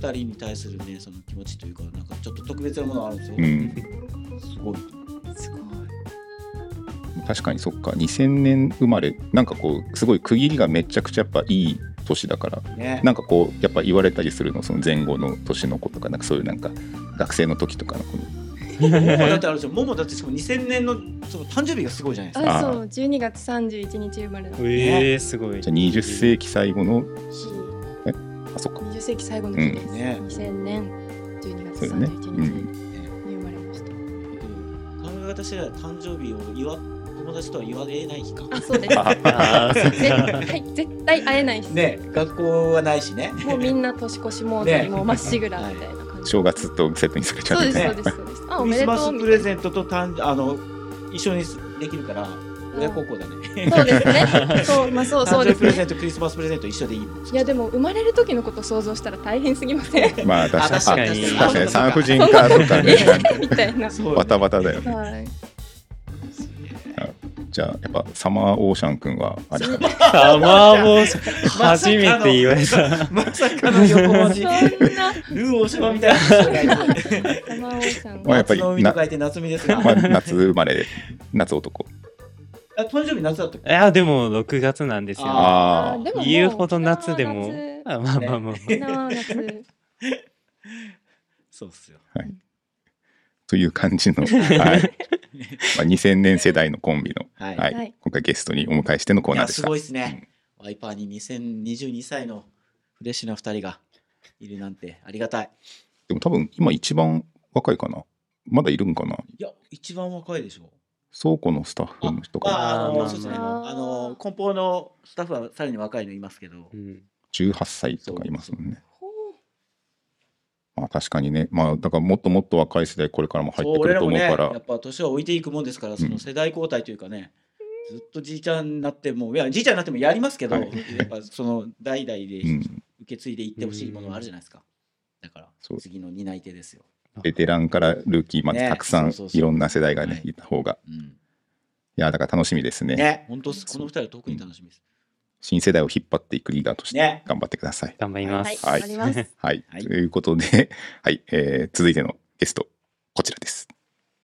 人に対するねその気持ちというかなんかちょっと特別なものがあるんですよ、 うん、 すごいすごい。 確かにそっかにせんねん生まれなんかこうすごい区切りがめちゃくちゃやっぱいい年だから、ね、なんかこうやっぱ言われたりするのその前後の年の子とかなんかそういうなんか学生の時とかの子ももだってあるじゃん。ももだってしかもにせんねんのその誕生日がすごいじゃないですか。 あ、そうじゅうにがつさんじゅういちにち生まれの。 えー、すごい。 じゃあにじゅっ世紀最後の日。 えあそっかにじゅっ世紀最後の日です、 うんね、 にせんねんじゅうにがつさんじゅういちにちに生まれました。 考え方次第誕生日を祝友達とは言われない日か。 あ、そうです。絶対絶対会えないし。 ね、学校はないしね。 もうみんな年越しモードにもうまっしぐらみたいな感じ。 正月とセットにされちゃう。 そうですそうですそうです。あ、 クリスマスプレゼントと誕あの一緒にできるから親孝行だね。 そうですね。そうまあそうそうですね。 誕生日プレゼントクリスマスプレゼント一緒でいい。 いやでも生まれる時のこと想像したら大変すぎません？ まあ確かに確かに確かに産婦人科とかねみたいな。 バタバタだよね。 はい。 じゃあやっぱサマーオーシャン君はあれかな。 サマーオーシャン初めて言われた。 まさかの横文字。 そんなルー大島みたいな人がいる。 サマーオーシャン。 まあやっぱり夏の海と書いて夏美ですが。 まあ夏生まれ夏男。 あ、誕生日夏だったっけ？ いやでもろくがつなんですよ。 ああ、でももう言うほど夏でも。あ、まあまあまあ。 沖縄夏。 そうっすよ。 はい。という感じの、はい、まあにせんねん世代のコンビの、 はいはいはい、 今回ゲストにお迎えしてのコーナーでした。 いやすごいですね、うん、ワイパーににせんにじゅうにさいのフレッシュなふたりがいるなんてありがたい。 でも多分今一番若いかな。まだいるんかな。 いや一番若いでしょ。 倉庫のスタッフの人かな。 ああのまあそうですね。 まああの梱包のスタッフはさらに若いのいますけど、 うん、 じゅうはっさいとかいますもんね。まあ確かにね、まあだからもっともっと若い世代これからも入ってくると思うから、 ね、やっぱ年は置いていくもんですからその世代交代というかね、うん、ずっとじいちゃんになってもいやじいちゃんになってもやりますけど、はい、やっぱその代々で受け継いでいってほしいものがあるじゃないですか。だから次の担い手ですよ。 ベテランからルーキーまでたくさん、ね、そうそうそういろんな世代がね、はい、いた方が、うん、いやだから楽しみですね。 ね、本当このふたりは特に楽しみです。 新世代を引っ張っていくリーダーとして頑張ってください。ね、 頑張ります。 はい、はいはい、ということで、はいえー、続いてのゲストこちらです。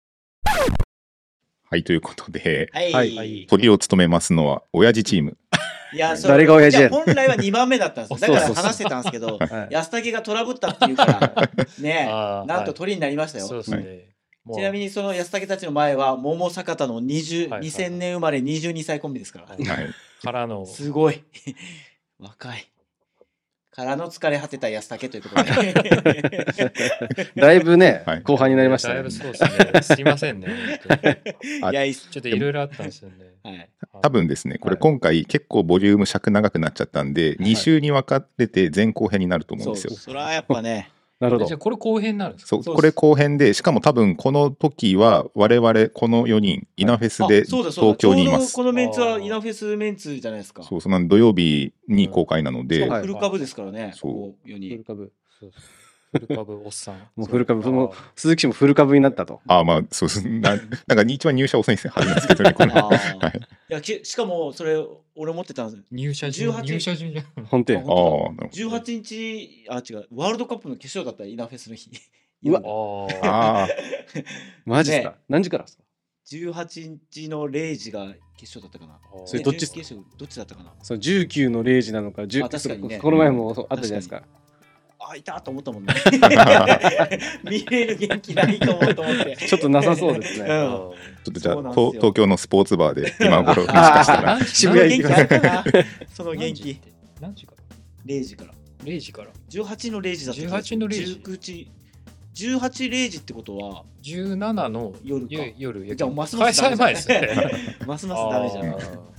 はいということで、はいはい、トリを務めますのは親父チーム。 いやそ誰が親父や。 本来はにばんめだったんですよ。だから話してたんですけど、安武がトラブったっていうからね、なんと鳥になりましたよ。そうですね。ちなみにその安武たちの前は桃坂田のにじゅうにせんねん生まれにじゅうにさいコンビですから。はいはい、 からのすごい若いからの疲れ果てた安武ということでだいぶね、はい、後半になりましたね。 だいぶそうですね。すいませんね。 いやちょっといろいろあったんですよね。 はい、多分ですねこれ今回結構ボリューム尺長くなっちゃったんで、はい、に週に分かれて前後編になると思うんですよ。 それはやっぱねなるほど。 じゃあこれ後編になるんですか？ そうこれ後編でしかも多分この時は我々このよにんイナフェスで東京にいます。 このメンツはイナフェスメンツじゃないですか。 そうそうなん土曜日に公開なので、 うん、フル株ですからね。 そうよにんフル株そうフル株おっさんもうフル株もう鈴木氏もフル株になったと。 ああまあそうですななんか一番入社遅いんですよはずなんですけどねこれ。はい、 いやしかもそれ俺持ってたんです。 入社順入社順じゃん。 本店。 ああじゅうはちにちあ違うワールドカップの決勝だったイナフェスの日。 うわああマジですか、ね、何時からですか？ じゅうはちにちのれいじが決勝だったかな。 それどっちどっちだったかな。 そのじゅうくのれいじなのかじゅうあ確かにねこの前もあったじゃないですか。 あいたと思ったもんね見れる元気ないと思うと思ってちょっとなさそうですね、うん、 ちょっとじゃあ東京のスポーツバーで今頃もしかしたら渋谷行くかその元気何時かられいじかられいじからじゅうはちのれいじだった。 じゅうはちのれいじじゅうくじじゅうはちれいじってことはじゅうななの夜か夜じゃあますます開催前ですねますますダメじゃん。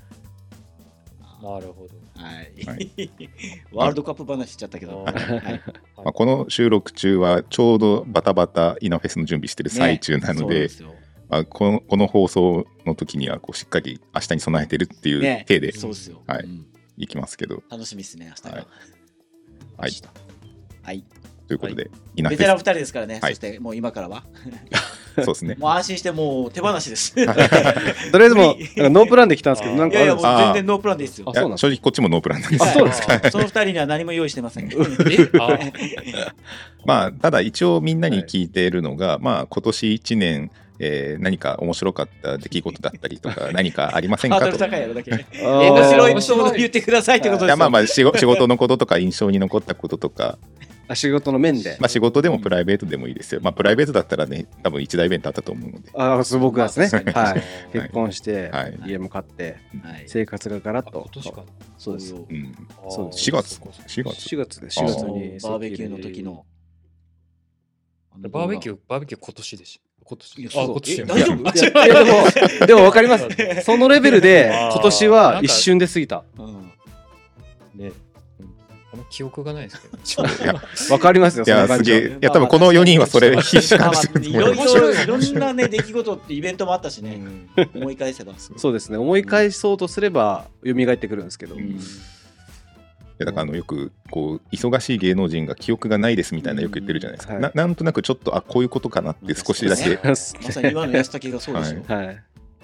なるほど。 はい、はい、ワールドカップ話しちゃったけど、はいまあ、この収録中はちょうどバタバタイナフェスの準備してる最中なので、ねまあ、この、この放送の時にはこうしっかり明日に備えてるっていう体で、 ね、そうですよ、 はいうん、 いきますけど楽しみですね明日が、 はいはい、 ということで、 はい、ベテランふたりですからね、はい、そしてもう今からはそうですね。 もう安心してもう手放しです。 とりあえずもうなんかノープランで来たんですけど、なんいやいやもうかあるんですか？ 全然ノープランでいいですよ。 あ、そうなんです正直こっちもノープランなんです。 あ、そうですか。 そのふたりには何も用意してません。 えあまあただ一応みんなに聞いているのが、まあ今年いちねん、えー何か面白かった出来事だったりとか何かありませんハードルかと。 高いやろだけ。 あー面白いエピソード言ってくださいってことですよ。 いやまあまあ仕事仕事のこととか印象に残ったこととか、 あ、仕事の面で。 まあ仕事でもプライベートでもいいですよ。まあプライベートだったらね、多分一大イベントあったと思うので。 あ、そう僕ですね。 まあはい。結婚してはい家も買ってはい生活がガラッと今。年かそうです。 うん。 そうですしがつしがつしがつでしがつにバーベキューの時の。 バーベキューバーベキュー今年でし今年あいやそう今年え大丈夫？ いやいやでもでも分かります。そのレベルで今年は一瞬で過ぎた。 うんね、うんあんま記憶がないですけど。 いや分かりますよ。 いやその感じはすげえ。いや多分このよにんはそれ必死感してるといろい思います。 ろいろんなね出来事ってイベントもあったしね、思い返せば。 そうですね。思い返そうとすれば蘇ってくるんですけど。 うんいやだからあのよくこう忙しい芸能人が記憶がないですみたいなよく言ってるじゃないですか、 うんな, なんとなくちょっとあこういうことかなって少しだけ、 まさに今の安武がそうですよ。 はい。や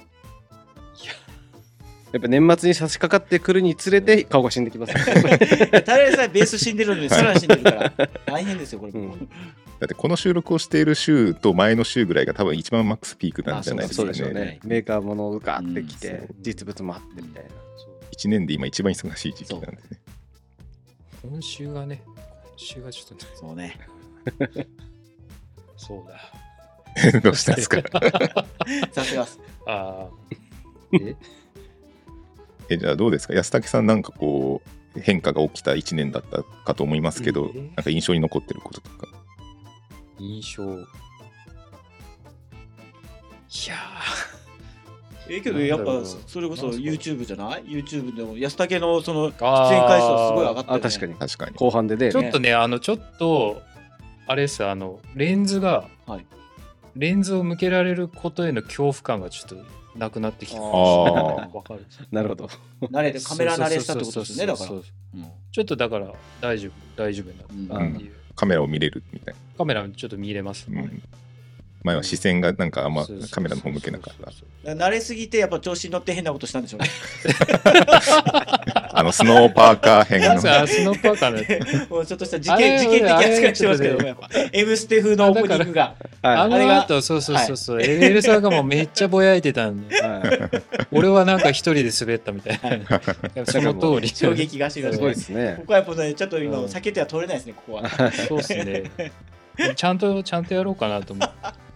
っぱ年末に差し掛かってくるにつれて顔が死んできます。 大変さえベース死んでるのにさらに死んでるから大変ですよこれも。 うんだってこの収録をしている週と前の週ぐらいが多分一番マックスピークなんじゃないですかそうでしょうね。 ね。メーカーものがガーってきてうん実物もあってみたいな。 いちねんで今一番忙しい時期なんでね。 今週がね、今週がちょっとね、 そうね。 そうだ。 どうしたんですかさすがです。 ああ。ええじゃあどうですか安武さん、なんかこう変化が起きたいちねんだったかと思いますけど、 えーなんか印象に残ってることとか。 印象。いやえけどやっぱなんだろうそれこそなんすか YouTube じゃない ?YouTube でも安武のその出演あー回数はすごい上がったよね。 あ、確かに。 確かに。 後半でねー。ちょっとね、あの、ちょっと、あれです、あの、レンズが、 はいレンズを向けられることへの恐怖感がちょっとなくなってきた。 あーわかる。 なるほど。 慣れてカメラ慣れしたってことですよねだからそう。そうそううんちょっとだから大丈夫、大丈夫になったっていう。 カメラを見れるみたいカメラちょっと見れます。 な。うん前は視線がなんかあんまそうそうそうカメラの方向けなかった。 慣れすぎてやっぱ調子に乗って変なことしたんでしょうね。 あのスノーパーカー編のなんかスノーパーカーのもうちょっとした事あれ件事件的扱いしてますけどあれやっぱ M ステ風のオープニングが。 あはあれがの後、そうそうそうそう、エルエル さんがもうめっちゃぼやいてたんで、 い。はい俺はなんか一人で滑ったみたいな。いやその通り。 衝撃がしがすごいですねこ。こはやっぱねちょっと今うん避けては通れないですねここは。 そうっすね。ちゃんと、ちゃんとやろうかなと思う。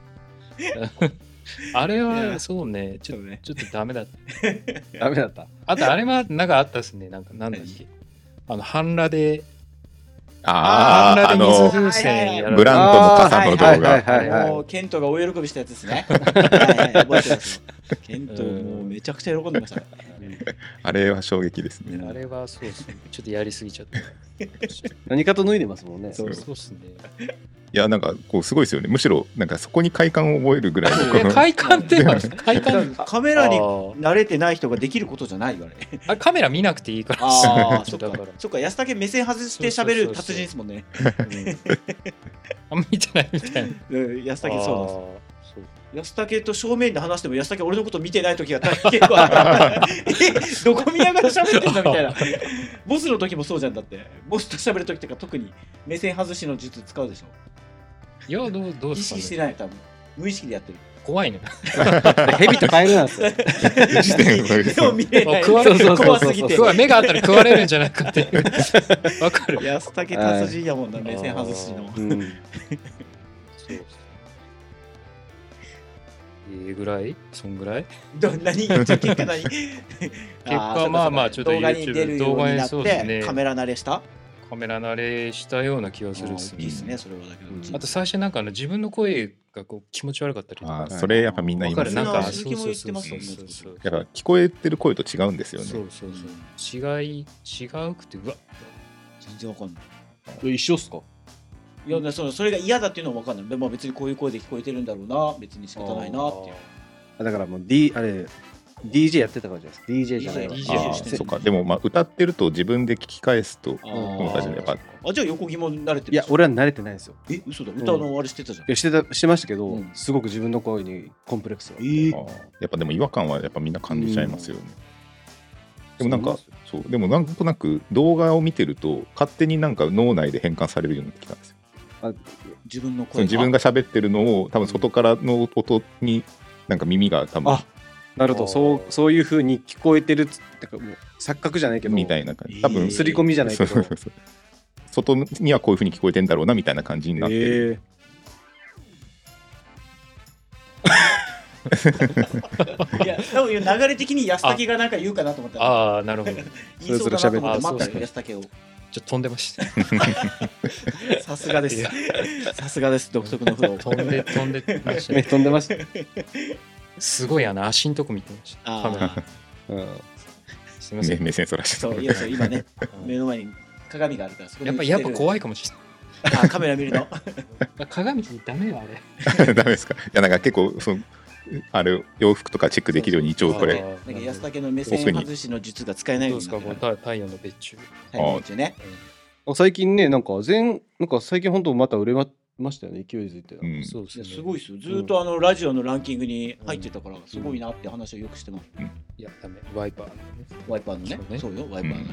あれいやはそうね、ちょそうねちょっとダメだった。 ダメだった。 あとあれはなんかあったっすね、なんかなんだっけ。あの、半裸で、 ああ、あ半裸で水の、 風船やられブラントの傘の動はいはい画。 はいはいもうケントが大喜びしたやつですね。はいはい覚えてます。ケントもうめちゃくちゃ喜んでましたね。 あれは衝撃ですね。 あれはそうっすね。ちょっとやりすぎちゃった。 何かと脱いでますもんね。 そうそうっすね。 いや、なんかこうすごいですよね。むしろ、なんかそこに快感を覚えるぐらいのこえの。 快感ってのは快感カメラにあー慣れてない人ができることじゃないよあれ。 あれカメラ見なくていいから。 ああそっかだから。 そっか安武目線外して喋る達人ですもんね。 あんま見てないみたいな。 うん安武そうなんです。 あーそう安武と正面で話しても安武俺のこと見てない時が結構ある。えどこ見ながら喋ってんだみたいな。ボスの時もそうじゃんだってボスと喋る時とか特に目線外しの術使うでしょ。 いや、どうどうで意すかね。 識してない多分無意識でやってる。 怖いね。 ヘビとカエルなんですよ。 視点をでも見れない。 あ食われるそうそうそう怖すぎて。 食わ目があったら食われるんじゃないかっていう。わかる。 安武達人やもんな目線外しの。 うん。 そう。ええぐらいそんぐらいど何じゃあ結果何結果まあまあちょっと動画に出るようになっ動画にそうですねてカメラ慣れしたカメラ慣れしたような気がするっす大きいですねそれはだけど、 うんあと最初なんかあの自分の声がこう気持ち悪かったりとかあーそれやっぱみんな言いますね。 わかるなんか鈴木も言ってますもんねそうそうそうやっぱ聞こえてる声と違うんですよね。 そうそうそう違い違うくてうわ全然わかんない一緒っすか？ いやそのそれが嫌だっていうのはわかんないでも別にこういう声で聞こえてるんだろうな別に仕方ないなっていうだからもう D あれディージェー やってたからじゃないですか。 ディージェー じゃないわディージェーあしてるーそうか。でもまあ歌ってると自分で聞き返すとあこの感じでやっぱあじゃあ横木も慣れてるいや俺は慣れてないんですよ。 え嘘だ歌のあれしてたじゃん、 いやしてたしてましたけど、 うんすごく自分の声にコンプレックスがあって、 えーあーやっぱでも違和感はやっぱみんな感じちゃいますよね。でもなんかそうそうでもなんとなく動画を見てると勝手になんか脳内で変換されるようになってきたんですよ。 自分のその声自分が喋ってるのを多分外からの音になんか耳が多分あなるほど、そうそういう風に聞こえてるっつってかもう錯覚じゃないけどみたいな感じ。多分えー刷り込みじゃないけどそうそうそう外にはこういう風に聞こえてんだろうなみたいな感じになってる。 いや多分流れ的に安武がなんか言うかなと思ったらああ、なるほど。 言いそうだなと思ってそれぞれ喋って待ったよ安武をちょっと飛んでました。 さすがですさすがです独特のフロー飛んで、飛んでました目ね。 飛んでました、 すごいあの足んとこ見てました。カメラ。 あうん、 ね、 すみません。 目線そらしてそういやそう今ね目の前に鏡があるからそこにやっぱやっぱい怖いかもしれない。 あカメラ見るの鏡ってダメよあれ。 ダメですか。いやなんか結構そのあれ洋服とかチェックできるように一応これなんか安武の目線外しの術が使えないどうですか、 ようになってこの太太陽の別注。 はいもう一応ね最近ねなんか全なんか最近本当また売れまましたよね、勢いづいて、 うんいやそうですね。 すごいですよずーっとあのラジオのランキングに入ってたからすごいなって話をよくしてますいや、ダメ。ワイパーのね。 ワイパーのねそうねそうよワイパーのうん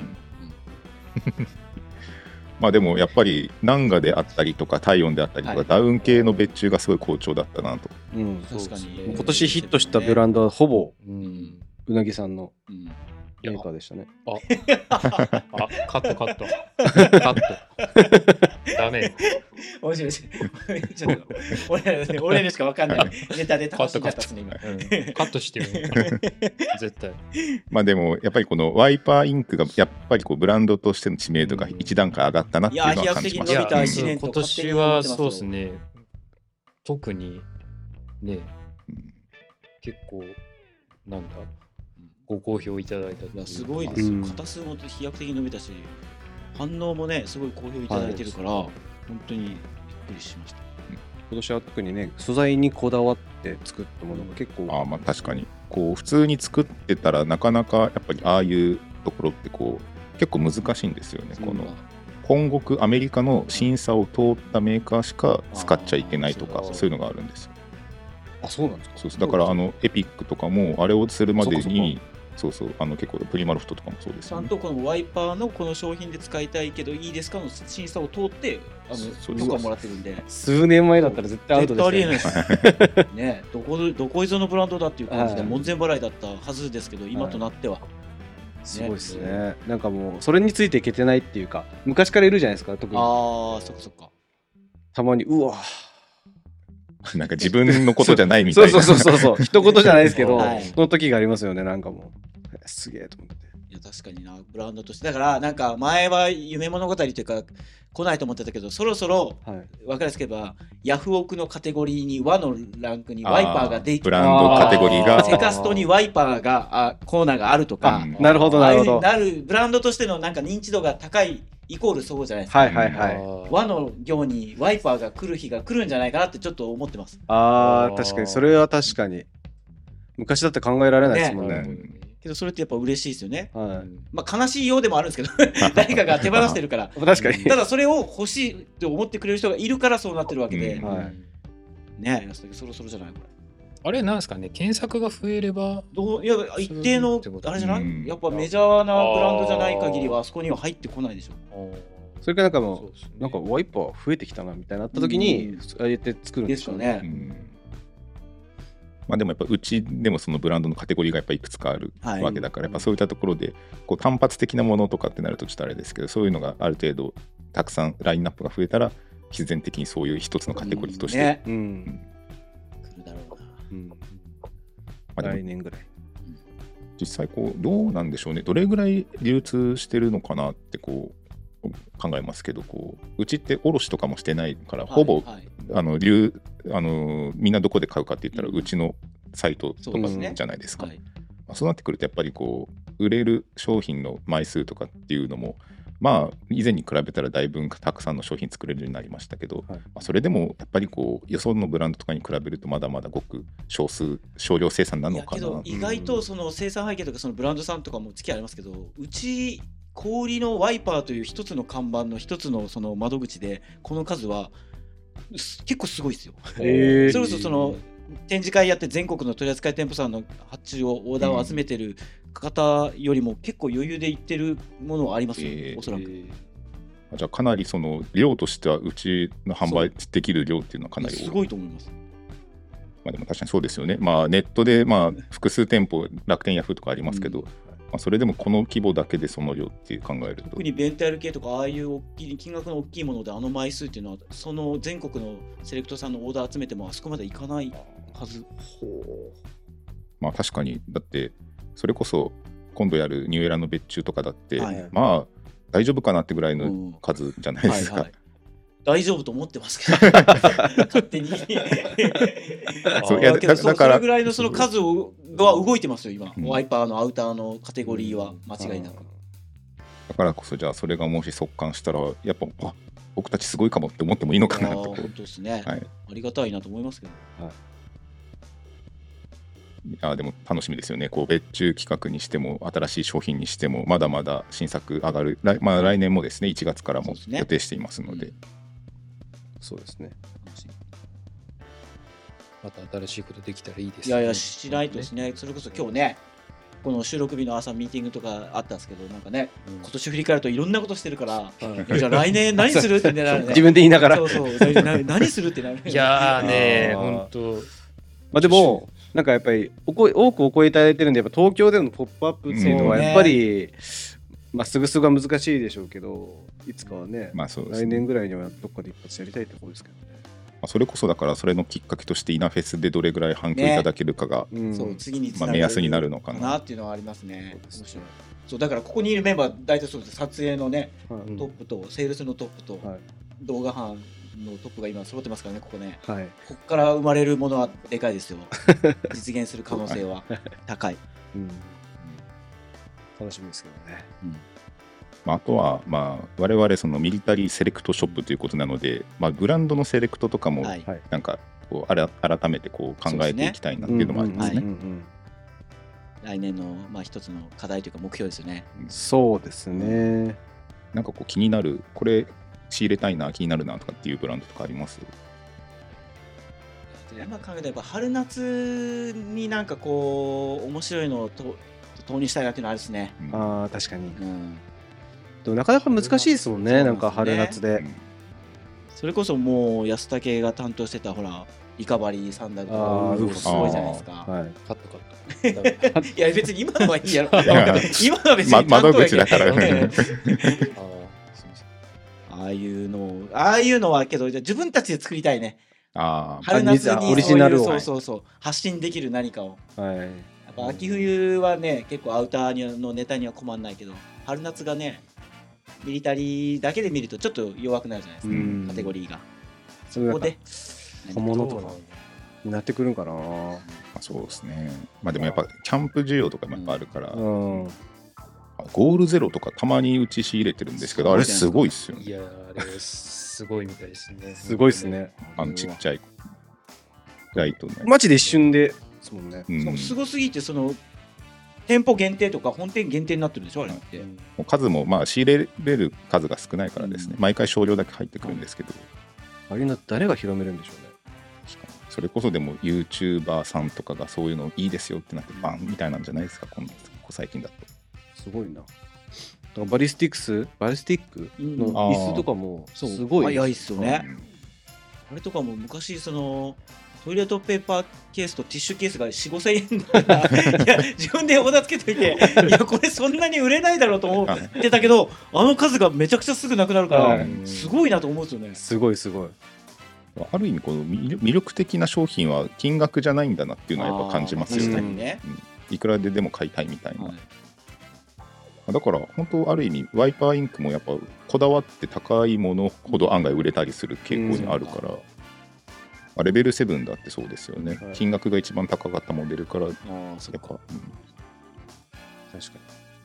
まあでもやっぱりナンガであったりとか体温であったりとか、 はいダウン系の別注がすごい好調だったなと。 うん、 確かに今年ヒットしたブランドはほぼうん。 うなぎさんのうんメーカーでしたね。 あ、カットカット。カット。ダメよ。 面白いですちょっと俺ら俺らにしかわかんないネタで楽しんじゃったっすね今うんカットしてよ。絶対。 まあでもやっぱりこのワイパーインクがやっぱりこうブランドとしての知名度が一段階上がったなっていうのは感じまいや飛躍的に伸びたした。 一年と今年はそうですね。特にね、結構なんだご好評いただいたっていういやすごいですようん型数も飛躍的に伸びたし反応もねすごい好評いただいてるから本当にびっくりしました今年は特にね素材にこだわって作ったものが結構、 ああまあ確かにこう普通に作ってたらなかなかやっぱりああいうところってこう結構難しいんですよね。この本国アメリカの審査を通ったメーカーしか使っちゃいけないとかあーそういうのがあるんですよ。 あそうなんですか。 そうそうだからあのエピックとかもあれをするまでそっにそうそうあの結構プリマロフトとかもそうですよね。 ちゃんとこのワイパーのこの商品で使いたいけどいいですかの審査を通ってあそうの許可をもらってるんで数年前だったら絶対アウト絶です対ありえよね。 ないですねどこどこいぞのブランドだっていう感じではい門前払いだったはずですけど今となってはすごいですね。なんかもうそれについていけてないっていうか昔からいるじゃないですか。特にああそっかそっかたまにうわなんか自分のことじゃないみたいな。 そうそうそうそうそう一言じゃないですけど、 はいその時がありますよね。なんかもうえすげえと思って。 いや確かになブランドとしてだからなんか前は夢物語というか来ないと思ってたけどそろそろはい。 分かりやすく言えばヤフオクのカテゴリーに和のランクにワイパーができブランドカテゴリーがセカストにワイパーがあコーナーがあるとか、 うんなるほどなるほど。 ああいうなるブランドとしてのなんか認知度が高いイコールそうじゃないですか、 はいはいはい。 和の行にワイパーが来る日が来るんじゃないかなってちょっと思ってますあー確かにそれは確かに昔だって考えられないですもんね。 うんけどそれってやっぱ嬉しいですよねはい。 まあ悲しいようでもあるんですけど誰かが手放してるから確かに。 ただそれを欲しいって思ってくれる人がいるからそうなってるわけで、 うんはいね安武そろそろじゃないこれあれなんですかね、検索が増えればどういや一定のそういうことあれじゃない、 うんやっぱメジャーなブランドじゃない限りはあそこには入ってこないでしょそれからなんかもそうですねうなんかワイパー増えてきたなみたいになった時にうんああやって作るんでですすよよねね。 うんまあでもやっぱうちでもそのブランドのカテゴリーがやっぱいくつかあるはいわけだからやっぱそういったところでこう単発的なものとかってなるとちょっとあれですけどそういうのがある程度たくさんラインナップが増えたら必然的にそういう一つのカテゴリーとして、 ねうん。 来るだろうなうんまあでも来年ぐらい。 実際こうどうなんでしょうねどれぐらい流通してるのかなってこう考えますけどこううちって卸とかもしてないからほぼ、 はいはいあの流あのみんなどこで買うかって言ったらうんうちのサイトとかそうですねじゃないですか、 はいまあそうなってくるとやっぱりこう売れる商品の枚数とかっていうのもまあ以前に比べたらだいぶたくさんの商品作れるようになりましたけど、 はいまあ、それでもやっぱりこうよそのブランドとかに比べるとまだまだごく少数少量生産ないのかな。 やけど意外とその生産背景とかそのブランドさんとかも付き合いありますけど、うち氷のワイパーという一つの看板の一つのその窓口でこの数はす結構すごいですよ。 へーそれこそその展示会やって全国の取扱店舗さんの発注をオーダーを集めてる方よりも結構余裕でいってるものはありますよ、 えーおそらく。 じゃあかなりその量としてはうちの販売できる量っていうのはかなり多い。 すごいと思います。 まあ、でも確かにそうですよね。まあネットでまあ複数店舗楽天ヤフーとかありますけど、 うんまあ、それでもこの規模だけでその量って考えると特にベンタル系とかああいう大きい金額の大きいものであの枚数っていうのはその全国のセレクトさんのオーダー集めてもあそこまでいかないはず。 まあ確かにだってそれこそ今度やるニューエラの別注とかだって、 はいまあ大丈夫かなってぐらいの数じゃないですか。 はいはい、大丈夫と思ってますけど勝手にそういやだけどそだからそれぐらいのその数をが動いてますよ今、 うんワイパーのアウターのカテゴリーは間違いなく。 だからこそじゃあそれがもし速乾したらやっぱあ僕たちすごいかもって思ってもいいのかなとこうあー本当ですね、 はい、 ありがたいなと思いますけど。 いやでも楽しみですよね。こう別注企画にしても新しい商品にしてもまだまだ新作上がる来、まあ、来年もですねいちがつからもそうですね予定していますので、 そうですね。 また新しいことできたらいいですいやいやしないとですね。それこそ今日ねこの収録日の朝ミーティングとかあったんですけど、なんかねうん今年振り返るといろんなことしてるからじゃあ来年何するってなるね。 自分で言いながら。 そうそうな何するってなる。 いやーねあー本当まあでもなんかやっぱりお声多くお声いただいてるんでやっぱ東京でのポップアップっていうのはうんやっぱり、まあすぐすぐは難しいでしょうけどいつかはね、 まあそうですね来年ぐらいにはどっかで一発やりたいところですけどね。 まあそれこそだからそれのきっかけとしてイナフェスでどれぐらい反響いただけるかが、 うんそう次につながるまあ目安になるのかなっていうのはありますね。 そうですね面白い。そうだからここにいるメンバー大体そうです。撮影のねはいトップとセールスのトップとはい動画班のトップが今揃ってますからねここね。 はい、 ここから生まれるものはでかいですよ。実現する可能性は高い。 うん、楽しみですけどね。 まあ、あとはまあ我々そのミリタリーセレクトショップということなので、まあ、ブランドのセレクトとかもはい。 はいなんかこうあら改めてこう考えていきたいなっていうのもありますね。 うんうんうん来年のまあ一つの課題というか目標ですよね。 うんそうですね。 なんかこう気になるこれ仕入れたいな気になるなとかっていうブランドとかあります？ 今考えたらやっぱ春夏になんかこう面白いのをと投入したいなっていうのはあるですね。 うんああ確かに。 うん。 でもなかなか難しいですもんね。 そうなんか春夏で。 それこそもう安武が担当してたほらリカバリーサンダルとかあーウルフすごいじゃないですか。 はい。 カットカットいや別に今のはいいやろ。 や今のは別まに担当窓口だからやけどねあーすいませんああいうのをああいうのはけどじゃあ自分たちで作りたいね。 ああ春夏にオリジナルをそういうそうそうそう発信できる何かを。 はい。 やっぱ秋冬はね結構アウターにはのネタには困んないけど春夏がねミリタリーだけで見るとちょっと弱くなるじゃないですか、 うんカテゴリーが。 それなんかここで小物とかになってくるんかな。 まあそうですね。まあでもやっぱキャンプ需要とかもやっぱあるから、 うん。 ゴールゼロとかたまにうち仕入れてるんですけど、あれすごいっすよね。 いやあれすごいみたいですねすごいですね。 あのちっちゃいライトのやつ。 マジで一瞬でですもんね。 うんそうすごすぎてその店舗限定とか本店限定になってるでしょあれって。 うんもう数もまあ仕入れれる数が少ないからですね、毎回少量だけ入ってくるんですけど、 あれの誰が広めるんでしょうね。 それこそでも YouTuber さんとかがそういうのいいですよってなってバンみたいなんじゃないですか、このここ最近だと。 すごいな。だからバリスティクス、バリスティックのうんあー椅子とかもそうすごい。 早いっすよね。 うんあれとかも昔そのトイレットペーパーケースとティッシュケースがよん、ごせんえんだからいや自分でオーダーつけといていやこれそんなに売れないだろうと思ってたけどあの数がめちゃくちゃすぐなくなるから、 はいすごいなと思うんですよね。 すごいすごい。 ある意味この魅力魅力的な商品は金額じゃないんだなっていうのはやっぱ感じますよ確かね。 にね。 いくらででも買いたいみたいな。 はいだから本当ある意味ワイパーインクもやっぱこだわって高いものほど案外売れたりする傾向にあるから、まあレベルセブンだってそうですよね、 はい金額が一番高かったモデルからやっああそっか。 ぱ、うん確か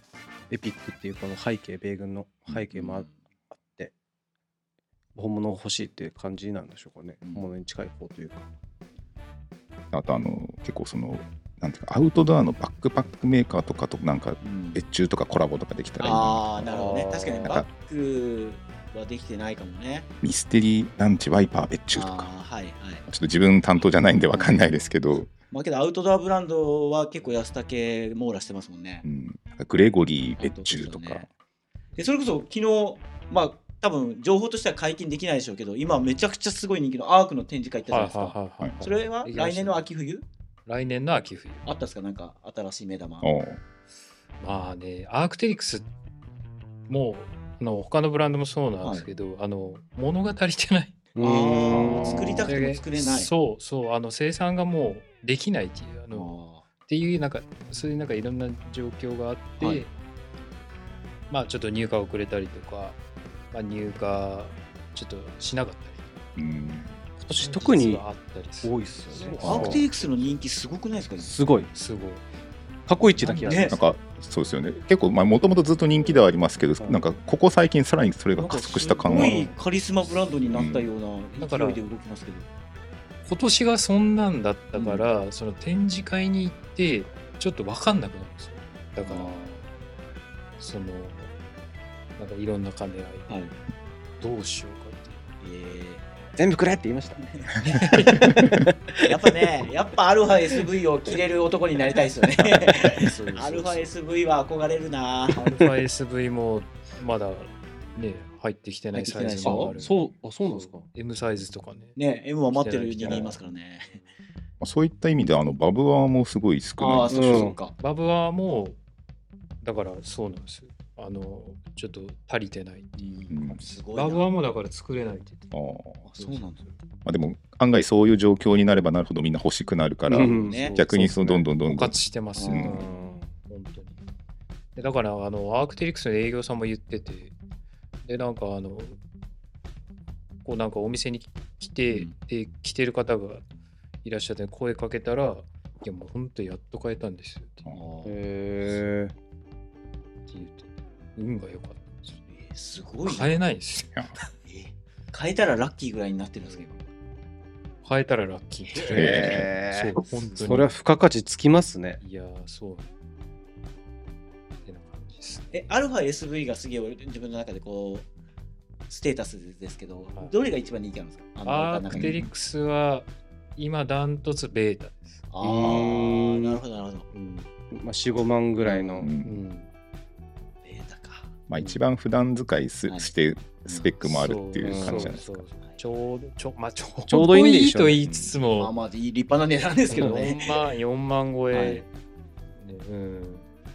エピックっていうこの背景、米軍の背景もああって、本物欲しいっていう感じなんでしょうかね。 うん本物に近い方というか。 あとあの結構そのなんていうかアウトドアのバックパックメーカーとかとなんかうん別注とかコラボとかできたらいいな。 ああなるほどね。確かになんかバッグはできてないかもね。 ミステリーランチワイパー別注とか、 あーはいはい。 ちょっと自分担当じゃないんでわかんないですけど、 まあけどアウトドアブランドは結構安武網羅してますもんねう。ん、グレゴリー別注とか、 そうですよねでそれこそ昨日まあ多分情報としては解禁できないでしょうけど、今めちゃくちゃすごい人気のアークの展示会行ったじゃないですか。 はいはいはいはい。 それは行きました来年の秋冬来年の秋冬。 あったんですか？なんか新しい目玉。 おうまあね、アークテリクスもあの他のブランドもそうなんですけど、あの物が足りてない。 うあーんー作りたくても作れない。 そうそう、あの生産がもうできないっていうあのあっていうなんかそういうなんかいろんな状況があって、 はいまあちょっと入荷遅れたりとか、まあ、入荷ちょっとしなかったり、 うん、 今年特に実はあったりする。 多いっすよね。 ーアークテリクスの人気すごくないですか？ すごい。 すごい。 過去一だけやる。 ねなんかそうですよね。結構まあもともとずっと人気ではありますけど、 うんなんかここ最近さらにそれがなんか加速した感はすごいカリスマブランドになったようなだから勢いで動きますけど。 今年がそんなんだったから、その展示会に行ってちょっと分かんなくなるんですよ。だからそのなんかいろんな兼ね合いはい。 どうしようかっていう。 え全部くれって言いました。 ーやっぱね、やっぱアルファ エスブイ を着れる男になりたいですよね。 そうですアルファ エスブイ は憧れるな。 アルファ エスブイ もまだね入ってきてないサイズもある。 そうあそうなんですか。 M サイズとかね。 ね、M は待ってる人間いますからね。 まあそういった意味であのバブアーもすごい少ないああ、 ですね。 そうそうか。 バブはもうだからそうなんですよ。あのちょっと足りてない。 うんすごいな。 バブはもうだから作れないって言ってあーあそうなんですよ。 まあ、でも案外そういう状況になればなるほどみんな欲しくなるから、 うんね逆にそのどんどんどんどん枯渇してますよ、 うん本当に。でだからあのアークテリクスの営業さんも言ってて、でなんかあのこうなんかお店に来て、 うんで来てる方がいらっしゃって声かけたら、いやもう本当やっと買えたんですよってあーへえ。 言って、運が良かったんですよ。 えーすごいな。 買えないんですよ。 えー買えたらラッキーぐらいになってるんですけど。 買えたらラッキーって。 へーそう、本当に。 それは付加価値つきますね。 いやー、そう。ってな感じですね。 え、アルファ エスブイ がすげえ俺自分の中でこう、ステータスですけど、 はいどれが一番人気あるんですか？あのアークテリクスは今ダントツベータです。 ああ、 うんなるほどなるほど。 うん。 まあ、よん、ごまんぐらいの。 うんうん。 ベータか。 まあ、一番普段使いすはいしてスペックもあるっていう感じじゃないですかそう。そうそうちょうど、ちょ、まあ、ちょちょうどいいんでしょと言いつつまあも、 まあ、立派な値段ですけどね。 よんまん、よんまん超え、 はいねうん。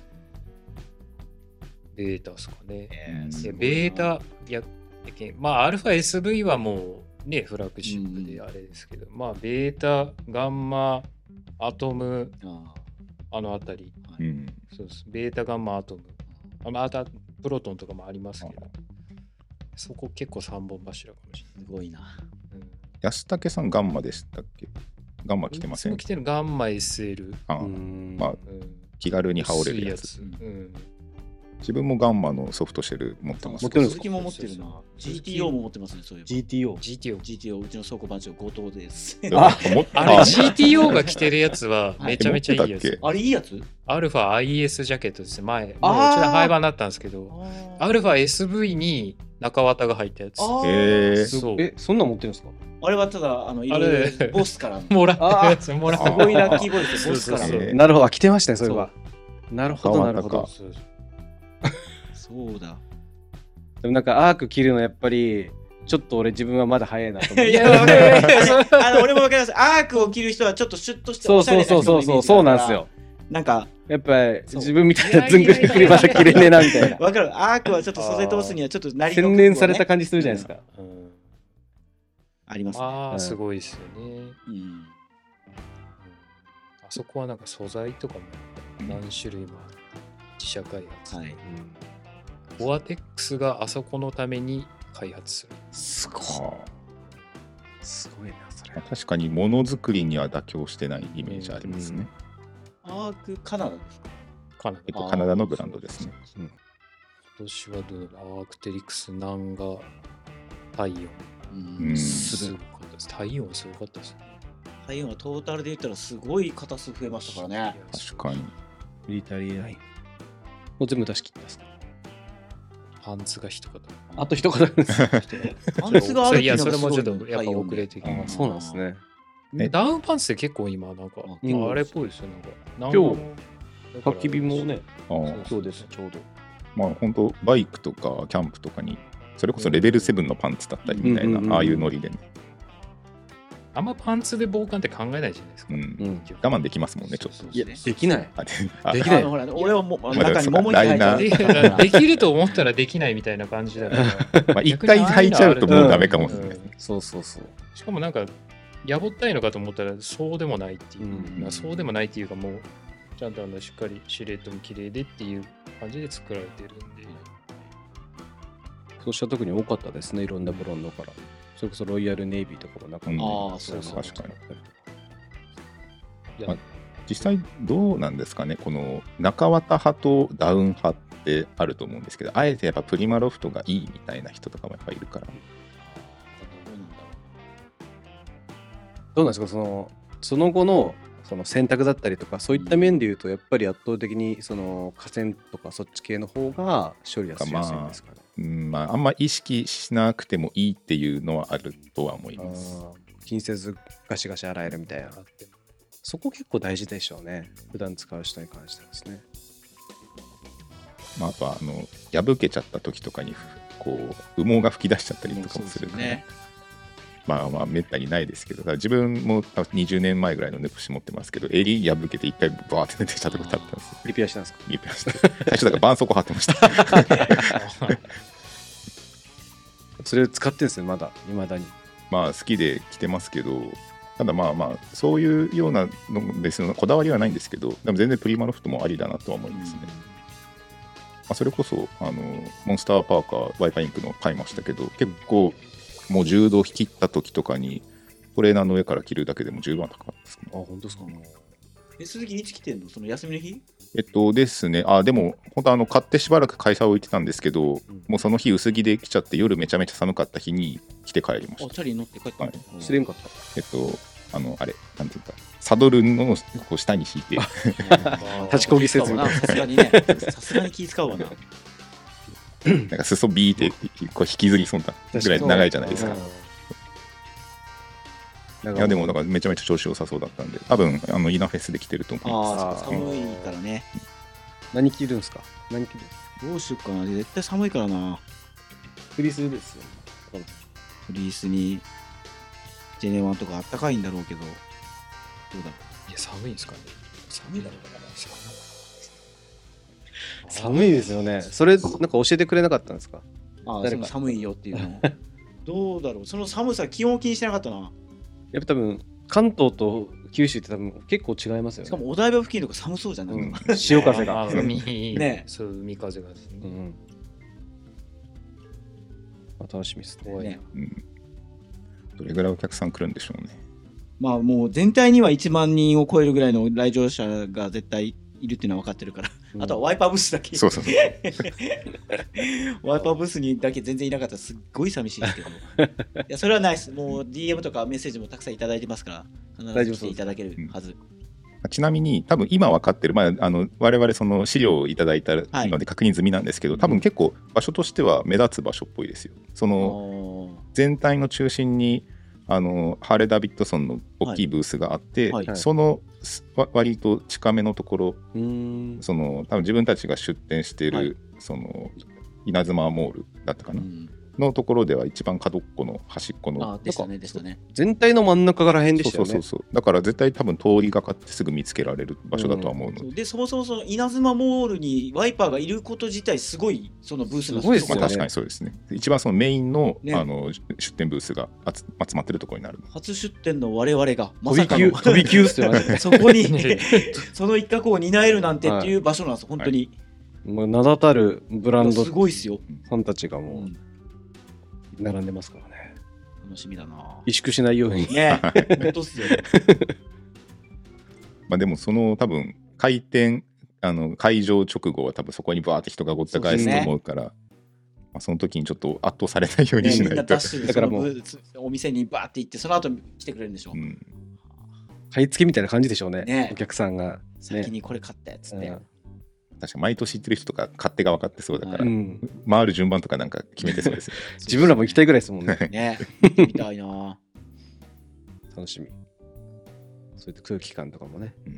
ベータですかね。 えーすでごいなベータ、いや、まあ、アルファ エスブイ はもうね、フラッグシップであれですけど、まあ、ベータ、ガンマ、アトム、 ああのあたり、 ーはいうん、 そうです。ベータ、ガンマ、アトム。あまた、プロトンとかもありますけど、そこ結構さんぼん柱かもしれない。 すごいな。 うん安武さんガンマでしたっけ？ガンマ来てませんいつも来てるガンマ エスエル。 あ、 うんまあうん、 気軽に羽織れるやつ。 薄いやつ。うん。 自分もガンマのソフトシェル持ってます持ってるんですか鈴木も持ってるな。ジーティーオー も持ってますね、そういうジーティーオー。 ジーティーオー。 ジーティーオー、うちの倉庫番長、後藤です。 あ持っあれ、 あジーティーオー が着てるやつはめちゃめちゃいいやつ持ってたっけ。 あれ、いいやつ？ アルファ アイエス ジャケットですね。前、もううちあーら廃盤になったんですけど、アルファ エスブイ に中綿が入ったやつ。 あーへーそう。 え、そんなん持ってるんですか？ あれはただ、あの、いろいあれろボスからの。 もらったやつ、もらった。 あすごいラッキーボーイですよ、ボスからの。 そうそうそうえーなるほど、あ来てましたね、それは。なるほど、なるほど中綿か。 そうそうそうだ。 でもなんかアーク着るのやっぱり、ちょっと俺自分はまだ早いなと思って。 いや、わかるわかるわかるあの、俺もわかります。アークを着る人はちょっとシュッとしてそうおしゃれそうな人のイメージそうそうそう、そうなんですよ。 なんか、 やっぱりそう自分みたいなずんぐりくりまだ着れねえなみたいな。 わかる。アークはちょっと袖通すにはちょっとなりの部分を洗ね練された感じするじゃないですか。 うんありますね。 ああ、 うんすごいですよね。 うん。 あそこはなんか素材とかも何種類もあって自社開発。 はい。 ボアテックスがあそこのために開発する。 すごい。 あすごいな、それー。確かにものづくりには妥協してないイメージありますね。 アークカナダですか？ かなえっと、カナダのブランドですね。 年はどうだろう、アークテリクス、ナンガ、太陽。 うんうんすごかったです。太陽はすごかったですね。 太陽はトータルで言ったらすごい型数増えましたからね。 確かに。 ミリタリーライン。もう全部出し切ったんですか？ パンツが一言。 あと一言あるんですよ。 パンツがあるっていや、 いうのがすごいそれもちょっとのやっぱ遅れてきます。 そうなんですね。 えダウンパンツって結構今、なんか、 うんあれっぽいですよ、なんか。 今日なんか焚き火もね、 ああ今日です、ちょうど。 まあ本当バイクとかキャンプとかにそれこそレベルセブンのパンツだったりみたいな、 うんうんうんああいうノリでね、 あんまパンツで防寒って考えないじゃないですか。 うんうん我慢できますもんねちょっと。 いや、できない。 あであできないあのほら俺はもうまあ中に桃に入ライってでるできると思ったらできないみたいな感じだから。 まあ一回履いちゃうともうダメかもしれないですね。 そうそうそう。 しかもなんか、やぼったいのかと思ったらそうでもないっていう、 うんまあそうでもないっていうかもう、ちゃんとあのしっかりシルエットも綺麗でっていう感じで作られてるんで。 今年は特に多かったですね、いろんなブロンドから。それこそロイヤルネイビーとかもなかったりうんああそうそう確かに。 いやまあ実際どうなんですかね、この中綿派とダウン派ってあると思うんですけど、あえてやっぱプリマロフトがいいみたいな人とかもやっぱいるから。 どうなんですか、そのその後のその選択だったりとか、そういった面で言うと、やっぱり圧倒的にその河川とかそっち系の方が処理はしやすいんですかね。 うんまあ、あんま意識しなくてもいいっていうのはあるとは思います。 あー気にせずガシガシ洗えるみたいな。そこ結構大事でしょうね。普段使う人に関してはですね。 まあ、あとはあの破けちゃった時とかにこう羽毛が吹き出しちゃったりとかもするんで、 ねまあまあめったにないですけど、だから自分も多分にじゅうねんまえぐらいのネプシ持ってますけど、襟破けて一回バーって出てきたとこだったんですよ。 リペアしたんですか？ リペアして最初だから絆創膏貼ってましたそれ使ってるんですね、まだ、いまだに。 まあ好きで着てますけど、ただまあまあそういうようなの別のこだわりはないんですけど、でも全然プリマロフトもありだなとは思いますね。まあ、それこそあのモンスターパーカーワイパーインクの買いましたけど、結構もうじゅうど切った時とかにトレーナーの上から着るだけでもじゅうまん高かったですね。 あ、本当ですか？ え鈴木いつ来てんの？その休みの日？ えっとですね、あでも本当あの買ってしばらく会社を置いてたんですけど、もうその日薄着で来ちゃって夜めちゃめちゃ寒かった日に来て帰りました。 あチャリに乗って帰ったの？ はい知れんかった。 えっとあのあれなんていうかサドルのこう下に敷いて立ちこぎせずみたいな。 さすがにね、さすがに気使うわな。 なんか裾ビーってこう引きずりそうなぐらい長いじゃないですか。いやでもだからめちゃめちゃ調子良さそうだったんで、多分あのイナフェスで来てると思います。 ああ、そうか寒いからね。 何着るんですか？何着る？ どうしようかな。絶対寒いからな。 フリースですよ。 フリースにジェネワンとかあったかいんだろうけど、どうだろいや、寒いんですかね。寒いだろうな。 寒いですよね。それなんか教えてくれなかったんですか？ う。ああ、 誰かその寒いよっていうのを。どうだろう。その寒さ、気温を気にしてなかったな。 やっぱ多分関東と九州って多分結構違いますよね。 しかもお台場付近とか寒そうじゃない、 うん、潮風が。 あー海ねそう、海風がですね。 うん。まあ、楽しみですね。 怖いなねうんどれぐらいお客さん来るんでしょうね。 まあもう全体にはいちまん人を超えるぐらいの来場者が絶対いるっていうのは分かってるから、 うんあとはワイパーブースだけ。 そうそうそう。 ワイパーブースにだけ全然いなかったらすっごい寂しいですけど。いや、それはないです。もう ディーエム とかメッセージもたくさんいただいてますから、必ず来ていただけるはず。 ちなみに多分今分かってる、まあ、あの我々その資料をいただいたので確認済みなんですけど、多分結構場所としては目立つ場所っぽいですよ。その全体の中心にあのハーレー・ダビッドソンの大きいブースがあって、 はいはいそのわ割と近めのところ、 うーん。 その多分自分たちが出店している、 はいその稲妻モールだったかな、 うんのところでは一番角っこの端っこのあ、でしたね、でしたね。 全体の真ん中から辺でしたよね。 そうそうそうそうだから絶対多分通りがかってすぐ見つけられる場所だとは思うので、 そうで、そもそもその稲妻モールにワイパーがいること自体すごい、そのブースのすごいですよねまあ、確かにそうですね。一番そのメインの、 ねあの出店ブースが集集まってるところになる。 初出店の我々がま飛びさかの級飛び級っすよね。 そこにその一角を担えるなんてっていう場所なんです、本当に。 もう名だたるブランドすごいっすよ。 さんたちがもうんう並んでますからね。 楽しみだな。 萎縮しないように。 ねえ、本当っすよ。 まあでもその多分開店あの会場直後は多分そこにバーって人がごった返すと思うから、まあ、その時にちょっと圧倒されないようにしね、みんないと、 なダッシュでだからもうそのお店にバーって行ってその後来てくれるんでしょ、 うん、 買い付けみたいな感じでしょうね、 ねお客さんが、ね、 先にこれ買ったやつって、 うん確か毎年行ってる人とか勝手が分かってそうだから、 うん、 回る順番とかなんか決めてそうですよ自分らも行きたいぐらいですもんねね行ってみたいな楽しみ。そういった空気感とかもね、 うん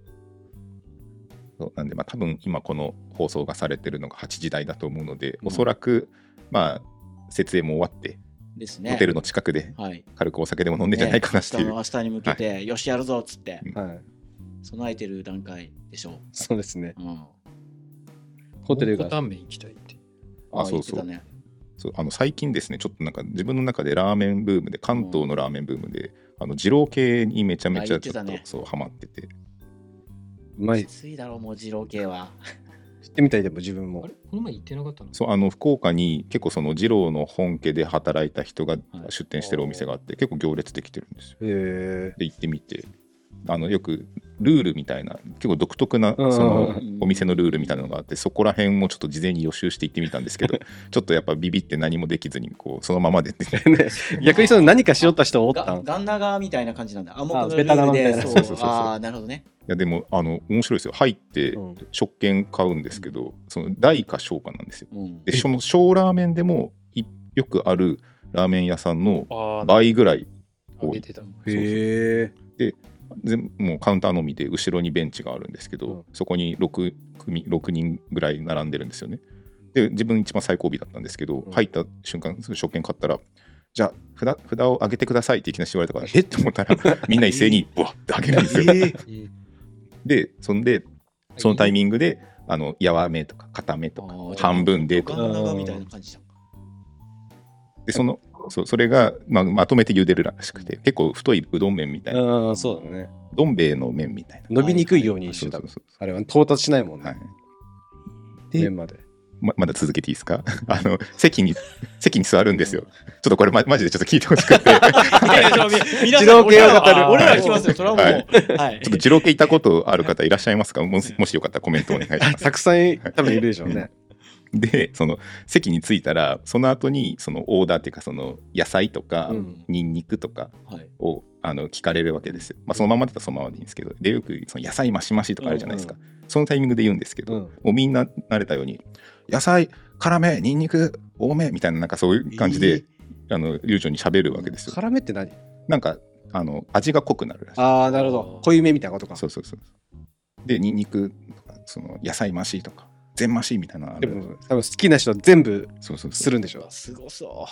そうなんで、まあ、多分今この放送がされてるのがはちじ台だと思うので、 うん、 おそらくまあ設営も終わってですね、 ホテルの近くで軽くお酒でも飲んでんじゃないかなっていう、 ね、明日に向けて、はい、よしやるぞっつって、 はい、 備えてる段階でしょう。 そうですね、 うん、 ホテルがタンメン行きたいって。 あ、そうそう、 ね、 そうあの最近ですね、ちょっとなんか自分の中でラーメンブームで、関東のラーメンブームで、うん、あの二郎系にめちゃめちゃちょっと、ね、そうハマってて、 うまい。 きついだろうもう二郎系は。 知ってみたいでも自分も。 あれこの前行ってなかったの？ そうあの福岡に結構その二郎の本家で働いた人が出店してるお店があって、はい、結構行列できてるんですよ。 へで行ってみて、あのよくルールみたいな結構独特なそのお店のルールみたいなのがあって、そこら辺もちょっと事前に予習して行ってみたんですけどちょっとやっぱビビって何もできずにこうそのままで、ね、 逆にその何かしようとした人おったんガンナガみたいな感じなんだ。あもうベタなのみたいな。 そうそうそうそう。 ああなるほどね。 いやでもあの面白いですよ。入って食券買うんですけど、うん、その大か小かなんですよ、うん、でその小ラーメンでもよくあるラーメン屋さんの倍ぐらい多い。 へえ。で全もうカウンターのみで後ろにベンチがあるんですけど、うん、そこに 6, 組ろくにんぐらい並んでるんですよね。で自分一番最後尾だったんですけど、うん、入った瞬間食券買ったら、じゃあ 札, 札を上げてくださいっていきなり言われたからえって思ったらみんな一斉にブワッて上げるんですよ、えー、でそんでそのタイミングであのやわめとか固めとか半分でとかみたいな感じじゃん。 でそのそ, それが、まあ、まとめて茹でるらしくて、結構太いうどん麺みたいな。 あそうだね。 どん兵衛の麺みたいな。 伸びにくいようにしてた。あれは到達しないもんね。はい、で麺まで。 ま, まだ続けていいですか？あの席に席に座るんですよ。ちょっとこれ、ま、マジでちょっと聞いてほしくて。 二郎系を語る。 俺ら聞きますよ。それはもう。はい。 はい、ちょっと二郎系行ったことある方いらっしゃいますか？もし、もしよかったらコメントお願いします。 たくさん多分いるでしょうね。 でその席に着いたらその後にそのオーダーっていうかその野菜とかニンニクとかを、うん、あの聞かれるわけですよ。まあ、そのままだったらそのままでいいんですけど、でよくその野菜マシマシとかあるじゃないですか、うんうん、そのタイミングで言うんですけど、うん、もうみんな慣れたように野菜辛めニンニク多めみたいな、なんかそういう感じで、えー、あの流暢に喋るわけですよ。 辛めって何？ なんかあの味が濃くなるらしい。 ああなるほど、濃いめみたいなことか。 そうそうそう。でニンニクとかその野菜マシとか全マシみたいな。 でも多分好きな人は全部するんでしょ。 すごそう。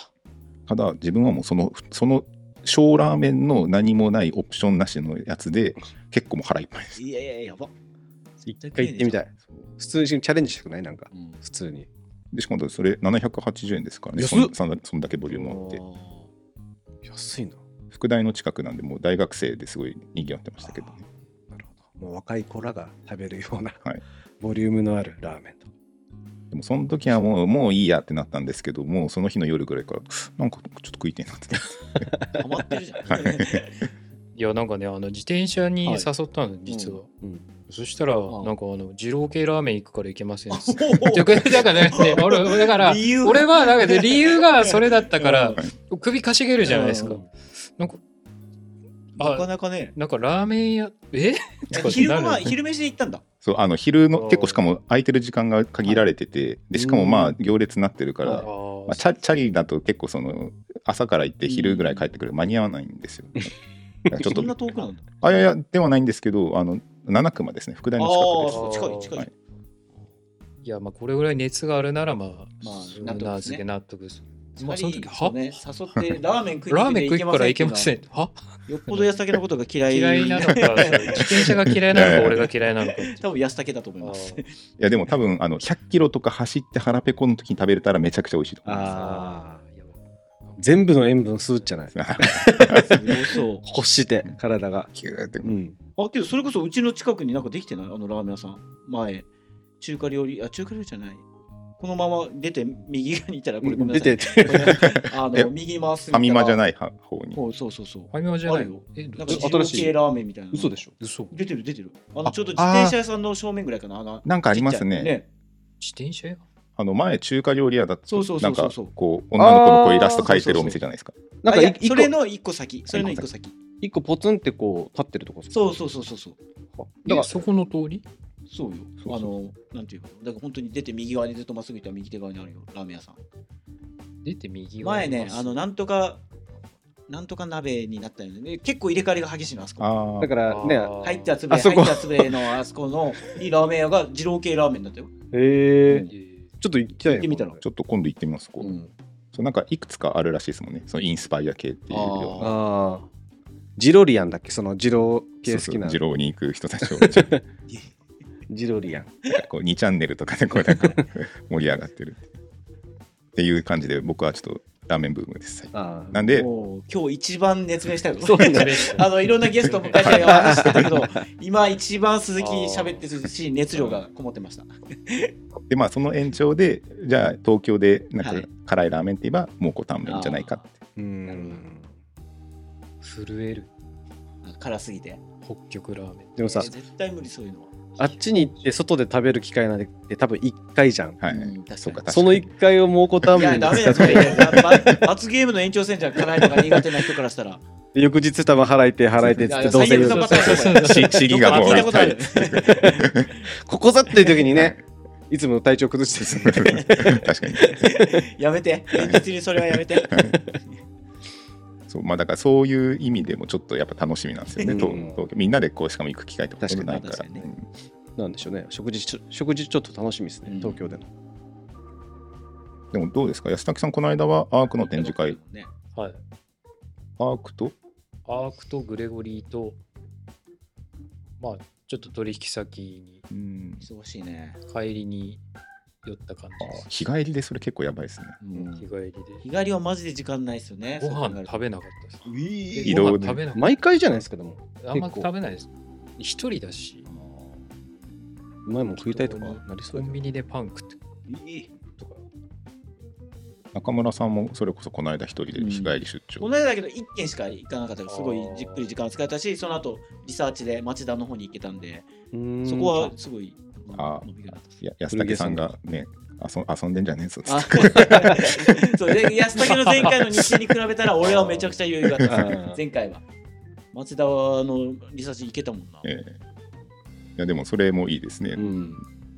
ただ自分はもうそのその小ラーメンの何もないオプションなしのやつで結構もう腹いっぱいです。 いやいややば。 一回行ってみたい。普通にチャレンジしたくない？なんか、うん、普通に。 でしかもそれななひゃくはちじゅうえんですからね。そんそんだけボリュームあって。 安いな。 福大の近くなんでもう大学生ですごい賑わってましたけどね。 なるほど。もう若い子らが食べるような、はい、ボリュームのあるラーメンと。 でもその時はもうもういいやってなったんですけど、もうその日の夜ぐらいからなんかちょっと食いてえなってハマってるじゃん。 はい、 いやなんかねあの自転車に誘ったの、はい、実は、うんうん、そしたら、うん、なんかあの二郎系ラーメン行くから行けませんってだからね俺だから俺はなんか、ね、理由がそれだったから首かしげるじゃないですか。なんかなかなかね、 なんかラーメン屋え昼間昼飯で行ったんだ。 そうあの昼の結構しかも空いてる時間が限られてて、でしかもまあ行列になってるから、まあ、チャ, チャリだと結構その朝から行って昼ぐらい帰ってくる間に合わないんですよ。 ちょっとそんな遠くなんだ。 あいやいやではないんですけど、あのなな区まですね、福大の近くです。 近い近い。はい、 いやまあこれぐらい熱があるならまあまあ納得ですね。納得です。 まあその時は、ね、誘ってラーメン食いにラーメン食いから行けません。は？ よっぽど安武のことが嫌い嫌いなのか、自転車が嫌いなのか俺が嫌いなのか。 多分安武だと思います。いやでも多分あのひゃっキロとか走って腹ペコの時に食べれたらめちゃくちゃ美味しいと思います。 あ全部の塩分吸うじゃないそう欲して体がキューって、 うん、あけどそれこそうちの近くになんかできてないあのラーメン屋さん前中華料理あ中華料理じゃないこのまま出て右側にいたらこれごめんなさい。 出てあの右に回す。 ファミマじゃない方に。 そうそうそう。 ファミマじゃないよ。 え、 なんか二郎系ラーメンみたいな。 嘘でしょ。 嘘。 出てる出てる。あのちょっと自転車屋さんの正面ぐらいかな。あのなんかありますね。 ね自転車屋？ あの前中華料理屋だとなんかこう女の子のこうイラスト描いてるお店じゃないですか。 なんかそれの一個先。それの一個先。 一個ポツンってこう立ってるとこ。 そうそうそうそうそう。 だからそこの通り？ そうよ。あのなんていうか、だから本当に出て右側にずっとまっすぐ行ったら右手側にあるよラーメン屋さん。 出て右側。 前ねあのなんとかなんとか鍋になったよね。結構入れ替わりが激しいのあそこ。 だからね入って集め入って集めのあそこのいいラーメン屋が二郎系ラーメンだったよ。 へえ。ちょっと行きたい。 行ってみたら。 ちょっと今度行ってみます。こう。そうなんかいくつかあるらしいですもんね。そのインスパイア系っていうような。 ああ。ジロリアンだっけ、そのジロ系好きな。 ジロに行く人たちを。 ジロリアン。 なんかこうにチャンネルとかでこうなんか盛り上がってるっていう感じで、僕はちょっとラーメンブームです。なんで今日一番熱弁したいことあのいろんなゲストを迎えて話してたけど、今一番鈴木喋ってるし熱量がこもってました。 でまあその延長でじゃあ東京でなんか辛いラーメンって言えば蒙古タンメンじゃないかって。 うん。 震える。 辛すぎて。 北極ラーメン。 でもさ、 絶対無理そういうのは。 あっちに行って外で食べる機会なんて多分いっかいじゃん。 はい。 そうか。そのいっかいを蒙古タンメンに使って。 いやダメだ。罰ゲームの延長線じゃん。辛いのが苦手な人からしたら。 翌日多分払えて払えてっつってどうせ言う。 市議がもうここざっていう時にね、いつも体調崩してる。 確かに。 やめて。現実にそれはやめて。 そうまあだからそういう意味でもちょっとやっぱ楽しみなんですよね。東京みんなでこうしかも行く機会とかないから。 なんでしょうね。食事食事ちょっと楽しみですね。東京での。 でもどうですか安武さん、この間はアークの展示会。 はい。 アークとアークとグレゴリーとまあちょっと取引先に忙しいね。 帰りに寄った感じです。 日帰りでそれ結構やばいですね。 日帰りで。 日帰りはマジで時間ないですよね。 ご飯食べなかったです。 移動で食べなかった。 毎回じゃないですけども。 あんま食べないです。一人だし。 うまいもん食いたいとかなりそう。 コンビニでパン食って。 とか。中村さんもそれこそこの間一人で日帰り出張。 この間だけど一軒しか行かなかったからすごいじっくり時間を使えたし、その後リサーチで町田の方に行けたんで、そこはすごい。 ああ、安武さんがね遊、遊んでんじゃねえぞっつってそうで安武の前回の日程に比べたら俺はめちゃくちゃ余裕があったです前回は町田のリサーチ行けたもんな、えー、いやでもそれもいいですね、うん、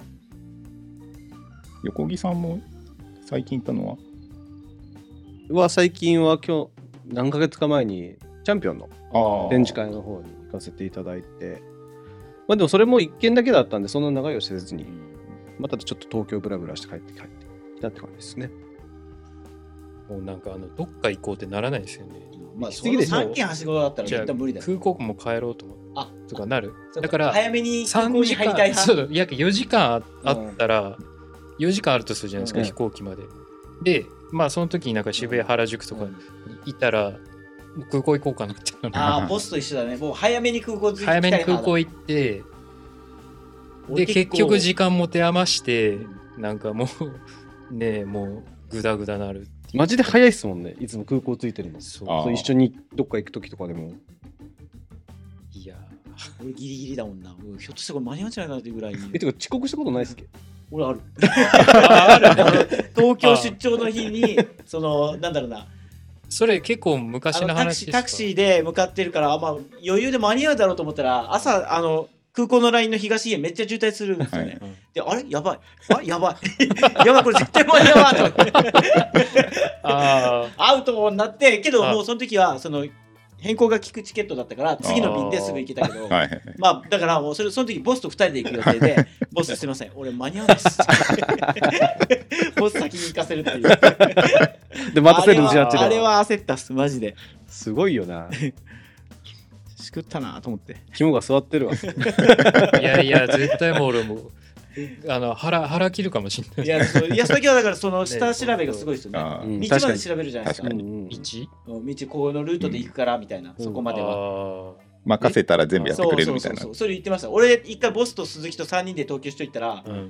横木さんも最近行ったのはは最近は今日何ヶ月か前にチャンピオンの展示会の方に行かせていただいて、まあでもそれも一件だけだったんでそんな長いをせずにまたちょっと東京ブラブラして帰って帰ってきたって感じですね。 もうなんかあのどっか行こうってならないですよね。 まあ次でさんけんはしごだったら絶対無理だよ。 空港も帰ろうと思ってあとかなる。だから早めに空港に入りたい派。 そう約よじかんあったらよじかんあるとするじゃないですか、うん、飛行機まで。でまあその時になんか渋谷原宿とかいたら、うん、空港行こうかなってああボスと一緒だね。もう早めに空港行きたい早めに空港行ってで結局時間持て余してなんかもうねえもうグダグダなるマジで早いっすもんね。いつも空港ついてるの。そうそう一緒にどっか行く時とかでもいや俺ギリギリだもんな。ひょっとしてこれ間に合うんじゃないかなっていうぐらいにえてか遅刻したことないっすっけ。 俺あるある東京出張の日にそのなんだろうなそれ結構昔の話ですか。 タクシーで向かってるから、まあ、余裕で間に合うだろうと思ったら朝あの空港のラインの東へめっちゃ渋滞するんですよね、はい、であれやばいあやばいやばいこれ絶対間に合わんと思ってあアウトになってけどもうその時はその変更が効くチケットだったから次の便ですぐ行けたけど、はい、まあだからもうそれその時ボスとふたりで行く予定でボスすいません俺間に合わないですボス先に行かせるっていうで待たせるんじゃあれは焦ったっすマジですごいよなしくったなと思って肝が座ってるわいやいや絶対もう俺もあの 腹, 腹切るかもしれない。 いやそう安武はだからその下調べがすごいですよね。ね道まで調べるじゃないですか。 道？ 道このルートで行くからみたいな、うん、そこまでは。 任せたら全部やってくれるみたいな。 そうそうそうそうそれ言ってました。俺一回ボスと鈴木とさんにんで東京しといたら、うん、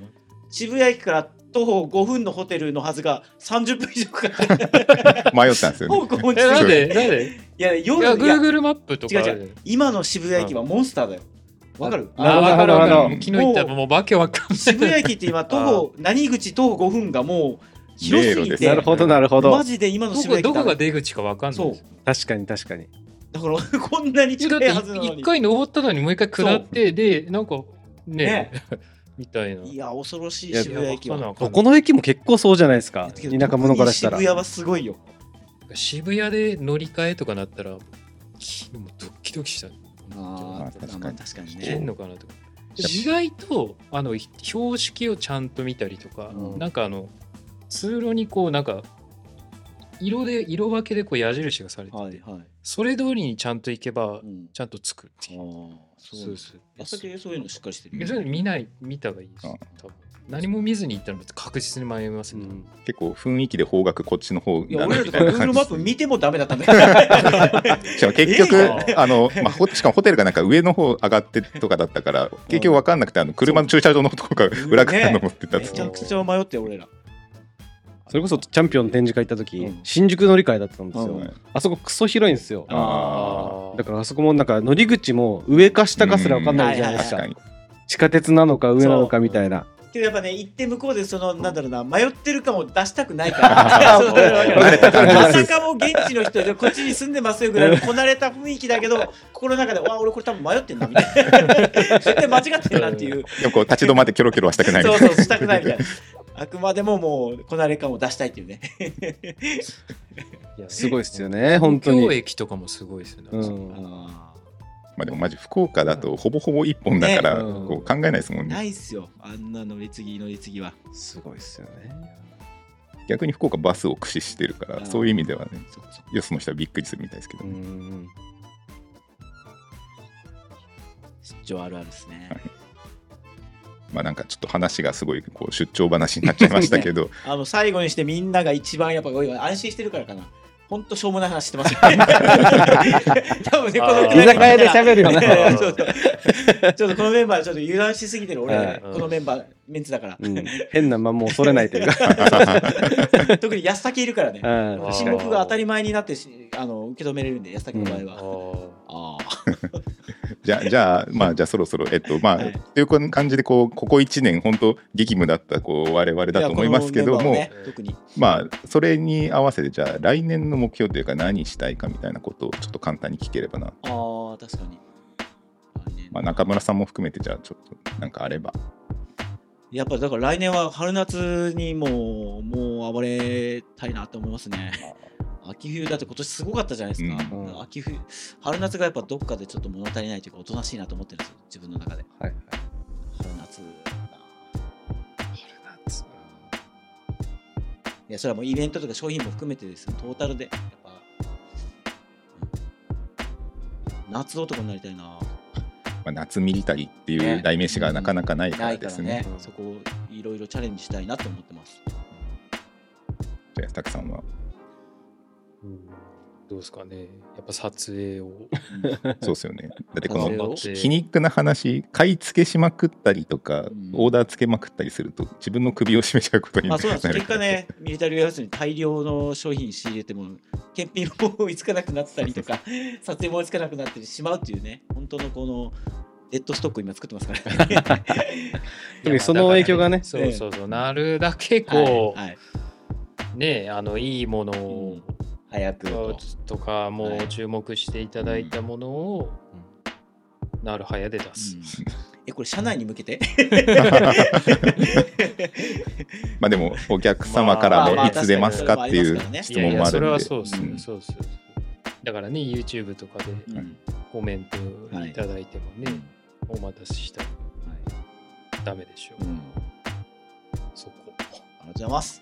渋谷駅から徒歩ごふんのホテルのはずがさんじゅっぷん以上かかる迷ったんですよね。 方向にえなんでなんでいや夜いやいや Google マップとか違う違う今の渋谷駅はモンスターだよわかるあ分かる分かる昨日言ったもうもうわけわかんない渋谷駅って今徒歩何口徒歩ごふんがもう広すぎてなるほどなるほどマジで今のどこ渋谷駅どこが出口かわかんないそう確かに確かにだからこんなにだっ近いはずなのにて一回登ったのにもう一回下ってでなんかねねみたいないや恐ろしいいや渋谷駅はどこの駅も結構そうじゃないですか田舎者からしたら渋谷はすごいよ渋谷で乗り換えとかなったらきもうドキドキしたあー確かに確かにいけんねのかなとか意外とあの標識をちゃんと見たりとか、 うんなんかあの通路にこうなんか色で色分けでこう矢印がされてて、 はいはいそれ通りにちゃんと行けばうんちゃんと着くっていう、 あーそうですそうやっぱりそういうのしっかりしてるいやそれ見ない見た方がいいですあ多分何も見ずに行ったら確実に迷いますね、 うん結構雰囲気で方角こっちの方いやだな俺らとかみたいな Google マップ感見てもダメだったんだじ。しかも結局、 えあの、まあ、ほしかもホテルがなんか上の方上がってとかだったから、結局分かんなくて、あの車の駐車場のとこが裏側の持ってたっめつってちゃくちゃ迷って俺らそれこそチャンピオンの展示会行った時、 うん新宿乗り換えだったんですよ、 うんあそこクソ広いんですよあだからあそこもなんか乗り口も上か下かすら分かんないじゃないですか、 確かに。 地下鉄なのか上なのかみたいなけどやっぱね行って向こうでそのなんだろうな迷ってる感を出したくないからそう慣れた感じですまさかも現地の人でこっちに住んでますよぐらいのこなれた雰囲気だけど心の中でわ俺これ多分迷ってんなみたいな絶対間違ってるなっていうでもこう立ち止まってキョロキョロはしたくないみたいな。 そうそうしたくないみたいなあくまでももうこなれ感を出したいっていうねいやすごいですよね本当に東京駅とかもすごいですよね、 うんあまあでもマジ福岡だとほぼほぼ一本だから、 ねうんこう考えないですもんーなね。 いっすよあんな乗り継ぎ乗り継ぎはすごいですよね逆に福岡バスを駆使してるから、 あーそういう意味ではね、 そうそうよその人はびっくりするみたいですけどうね。 ん出張あるあるですねまあなんかちょっと話がすごいこう出張話になっちゃいましたけど、 あの最後にしてみんなが一番やっぱ安心してるからかなほんとしょうもない話してますよ多分ねこの居酒屋で喋るよなちょっとちょっとこのメンバーちょっと油断しすぎてる俺、 はいこのメンバーメンツだから、 うん変なまま恐れないというか特に安武いるからねうん沈黙が当たり前になってしあの受け止めれるんで安武の場合は、ああじゃあじゃあまあじゃあそろそろえっとまあ、 はいという感じでこうここいちねん本当激務だったこう我々だと思いますけども、 いやこのメンバーはね特にまあそれに合わせてじゃあ来年の目標というか何したいかみたいなことをちょっと簡単に聞ければな。 ああ確かに来年まあ、中村さんも含めてじゃあちょっとなんかあれば。 やっぱだから来年は春夏にもうもう暴れたいなと思いますね秋冬だって今年すごかったじゃないですか、 うんだから秋冬春夏がやっぱどっかでちょっと物足りないというかおとなしいなと思ってるんですよ自分の中ではい春夏だな春夏いやそれはもうイベントとか商品も含めてですよトータルでやっぱ、うん夏男になりたいなまあ、夏ミリタリーっていう代名詞がなかなかないかないかららですね。 ねそこをいろいろチャレンジしたいなと思ってますじゃあ、たくさんは。 うんどうですかねやっぱ撮影をそうですよね。だってこの撮影を皮肉な話、買い付けしまくったりとか、 うんオーダーつけまくったりすると、自分の首を絞めちゃうことになるまあそうなんです結果ねミリタリーウェアハウスに大量の商品仕入れても検品も追いつかなくなったりとか撮影も追いつかなくなってしまうっていうね本当のこのデッドストックを今作ってますからね特にその影響がねそうそうそうなるだけこう、 はいはいねあのいいものを、 早くととかもはい注目していただいたものを、なるはやで出す、 うんえこれ社内に向けてまあでも、お客様からまあまあもいつ出ますかっていう確かに質いやいやそれ問もあるんで。 はそうですね、 うんそうそうそうだからね YouTube とかでうんコメントいただいてもね、 うんお待たせしたらはいダメでしょう、 うんそこありがとうございます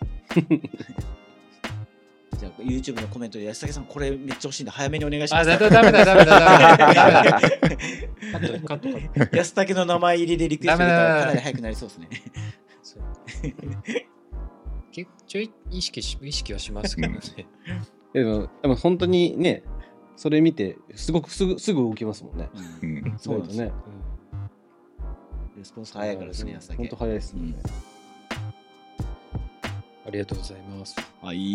じゃあ YouTube のコメントで安武さんこれめっちゃ欲しいんで早めにお願いしますあだだダメだダメだダメだダメだカットカットカット安武の名前入りでリクエスト入れたらかなり早くなりそうですねそう結構ちょい意識し意識はしますけどねでもでも本当にねそれ見てすごくすぐすぐ動きますもんねううんんそうなんですよねレスポンス早いからですね安武本当早いですもんねありがとうございます。 あ、いい。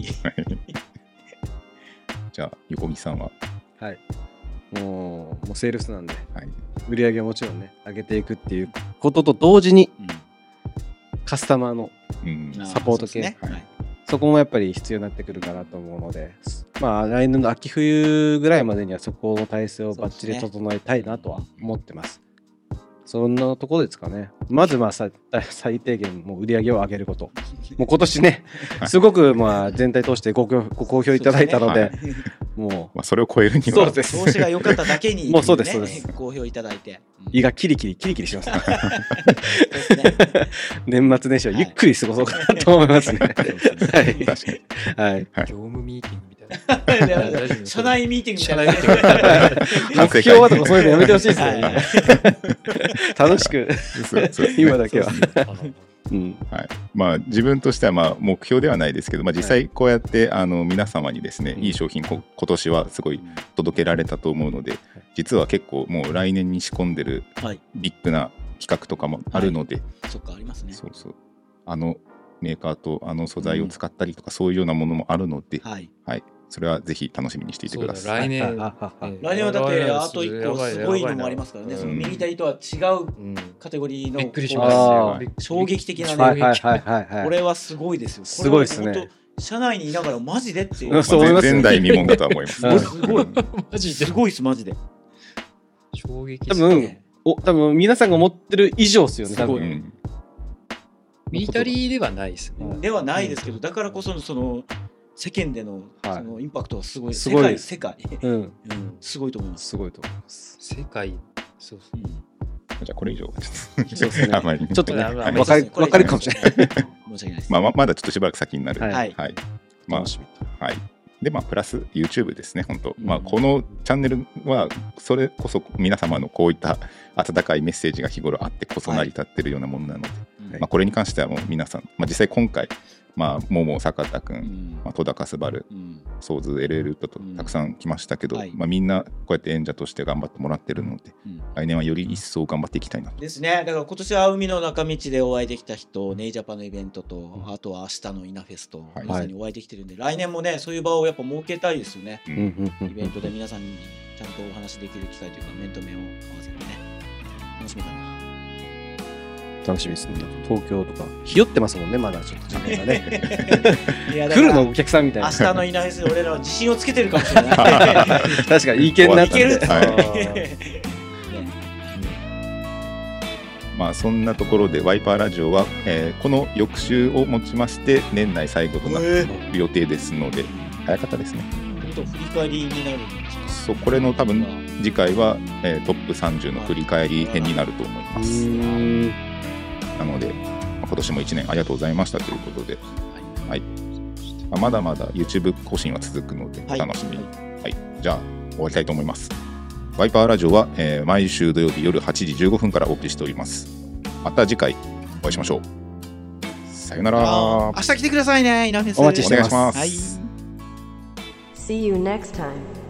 じゃあ横木さんは。 はい。もうもうセールスなんで、 はい、 売り上げはもちろんね上げていくっていうことと同時に、うん、カスタマーのサポート系、うん、そ, ねはい、そこもやっぱり必要になってくるかなと思うので、まあ来年の秋冬ぐらいまでにはそこの体制をバッチリ整えたいなとは思ってます。そんなところですかね。まずまあ最低限もう売り上げを上げること。もう今年ね、すごくまあ全体通してごご好評いただいたので、もう、 まあ、それを超えるにはそうです。 調子が良かっただけに、ね、 もうそうですそうです。 好評いただいて、 うん、胃がキリキリキリキリします。年末年始はゆっくり過ごそうかなと思いますね。はい。 確かに。 はい。 業務ミーティングみたいな。社内ミーティングみたいな。 目標はとかそういうのやめてほしいですよね。楽しく今だけは。 うんはい、まあ自分としてはまあ目標ではないですけど、まあ、実際こうやってあの皆様にですね、はい、いい商品こ今年はすごい届けられたと思うので、実は結構もう来年に仕込んでるビッグな企画とかもあるので、 はいはい、そっかありますね。 そうそうあのメーカーとあの素材を使ったりとか、そういうようなものもあるので、はいはい、それはぜひ楽しみにしていてください。 来年来年はだってあといっこすごいのもありますからね、うん、そのミリタリーとは違うカテゴリーの、 びっくりしますよ衝撃的なね、 はいはいはいはい、 これはすごいですよ。 すごいですね。 社内にいながらマジでっていう、 まあ、前代未聞だとは思います。 すごいマジですごいですマジで。 衝撃多分お多分皆さんが思ってる以上ですよね。多分、うん、 ミリタリーではないですね。 ではないですけど、だからこそのその世間でのそのインパクトはすごい。世界世界、うんうん、すごいと思います。 すごいと思います。 世界そうそう。 じゃあこれ以上はちょっとそうですね。 あまりねちょっとね分かる分かるかもしれない。申し訳ないです。 まあまだちょっとしばらく先になる。 はいはい。まあ楽しみはい。でまあプラス YouTube ですね本当。まあこのチャンネルはそれこそ皆様のこういった温かいメッセージが日頃あってこそ成り立ってるようなものなので、まあこれに関してはもう皆さんまあ実際今回まあ、もも坂田くん、うんまあ、戸高すばる、うん、ソーズ エルエル とたくさん来ましたけど、うんはいまあ、みんなこうやって演者として頑張ってもらってるので、うん、来年はより一層頑張っていきたいなと。 ですね。だから今年は海の中道でお会いできた人、ネイジャパのイベントと、うん、あとは明日のイナフェスと、はい、皆さんにお会いできてるんで、来年もねそういう場をやっぱ設けたいですよね、うん、イベントで皆さんにちゃんとお話できる機会というか面と面を合わせてね楽しみだな。 楽しみですね。東京とかひよってますもんね、まだちょっと時間がね来るのお客さんみたいな。 明日のいないです俺らは自信をつけてるかもしれない確かにいい件になったんで、 いけるまあそんなところでワイパーラジオは、えー、この翌週をもちまして年内最後となる予定ですので、早かったですね。 振り返りになるんですか。 そうこれの多分次回は、えー、トップさんじゅうの振り返り編になると思います。なので、まあ、今年もいちねんありがとうございましたということで、はいはいまあ、まだまだ YouTube 更新は続くので楽しみに、はいはい、じゃあ終わりたいと思います。ワイパーラジオは、えー、毎週土曜日夜はちじじゅうごふんからお送りしております。また次回お会いしましょう。さよなら。 明日来てくださいね。イナフェスお待ちしてます。 お願いします。 はい、See you next time.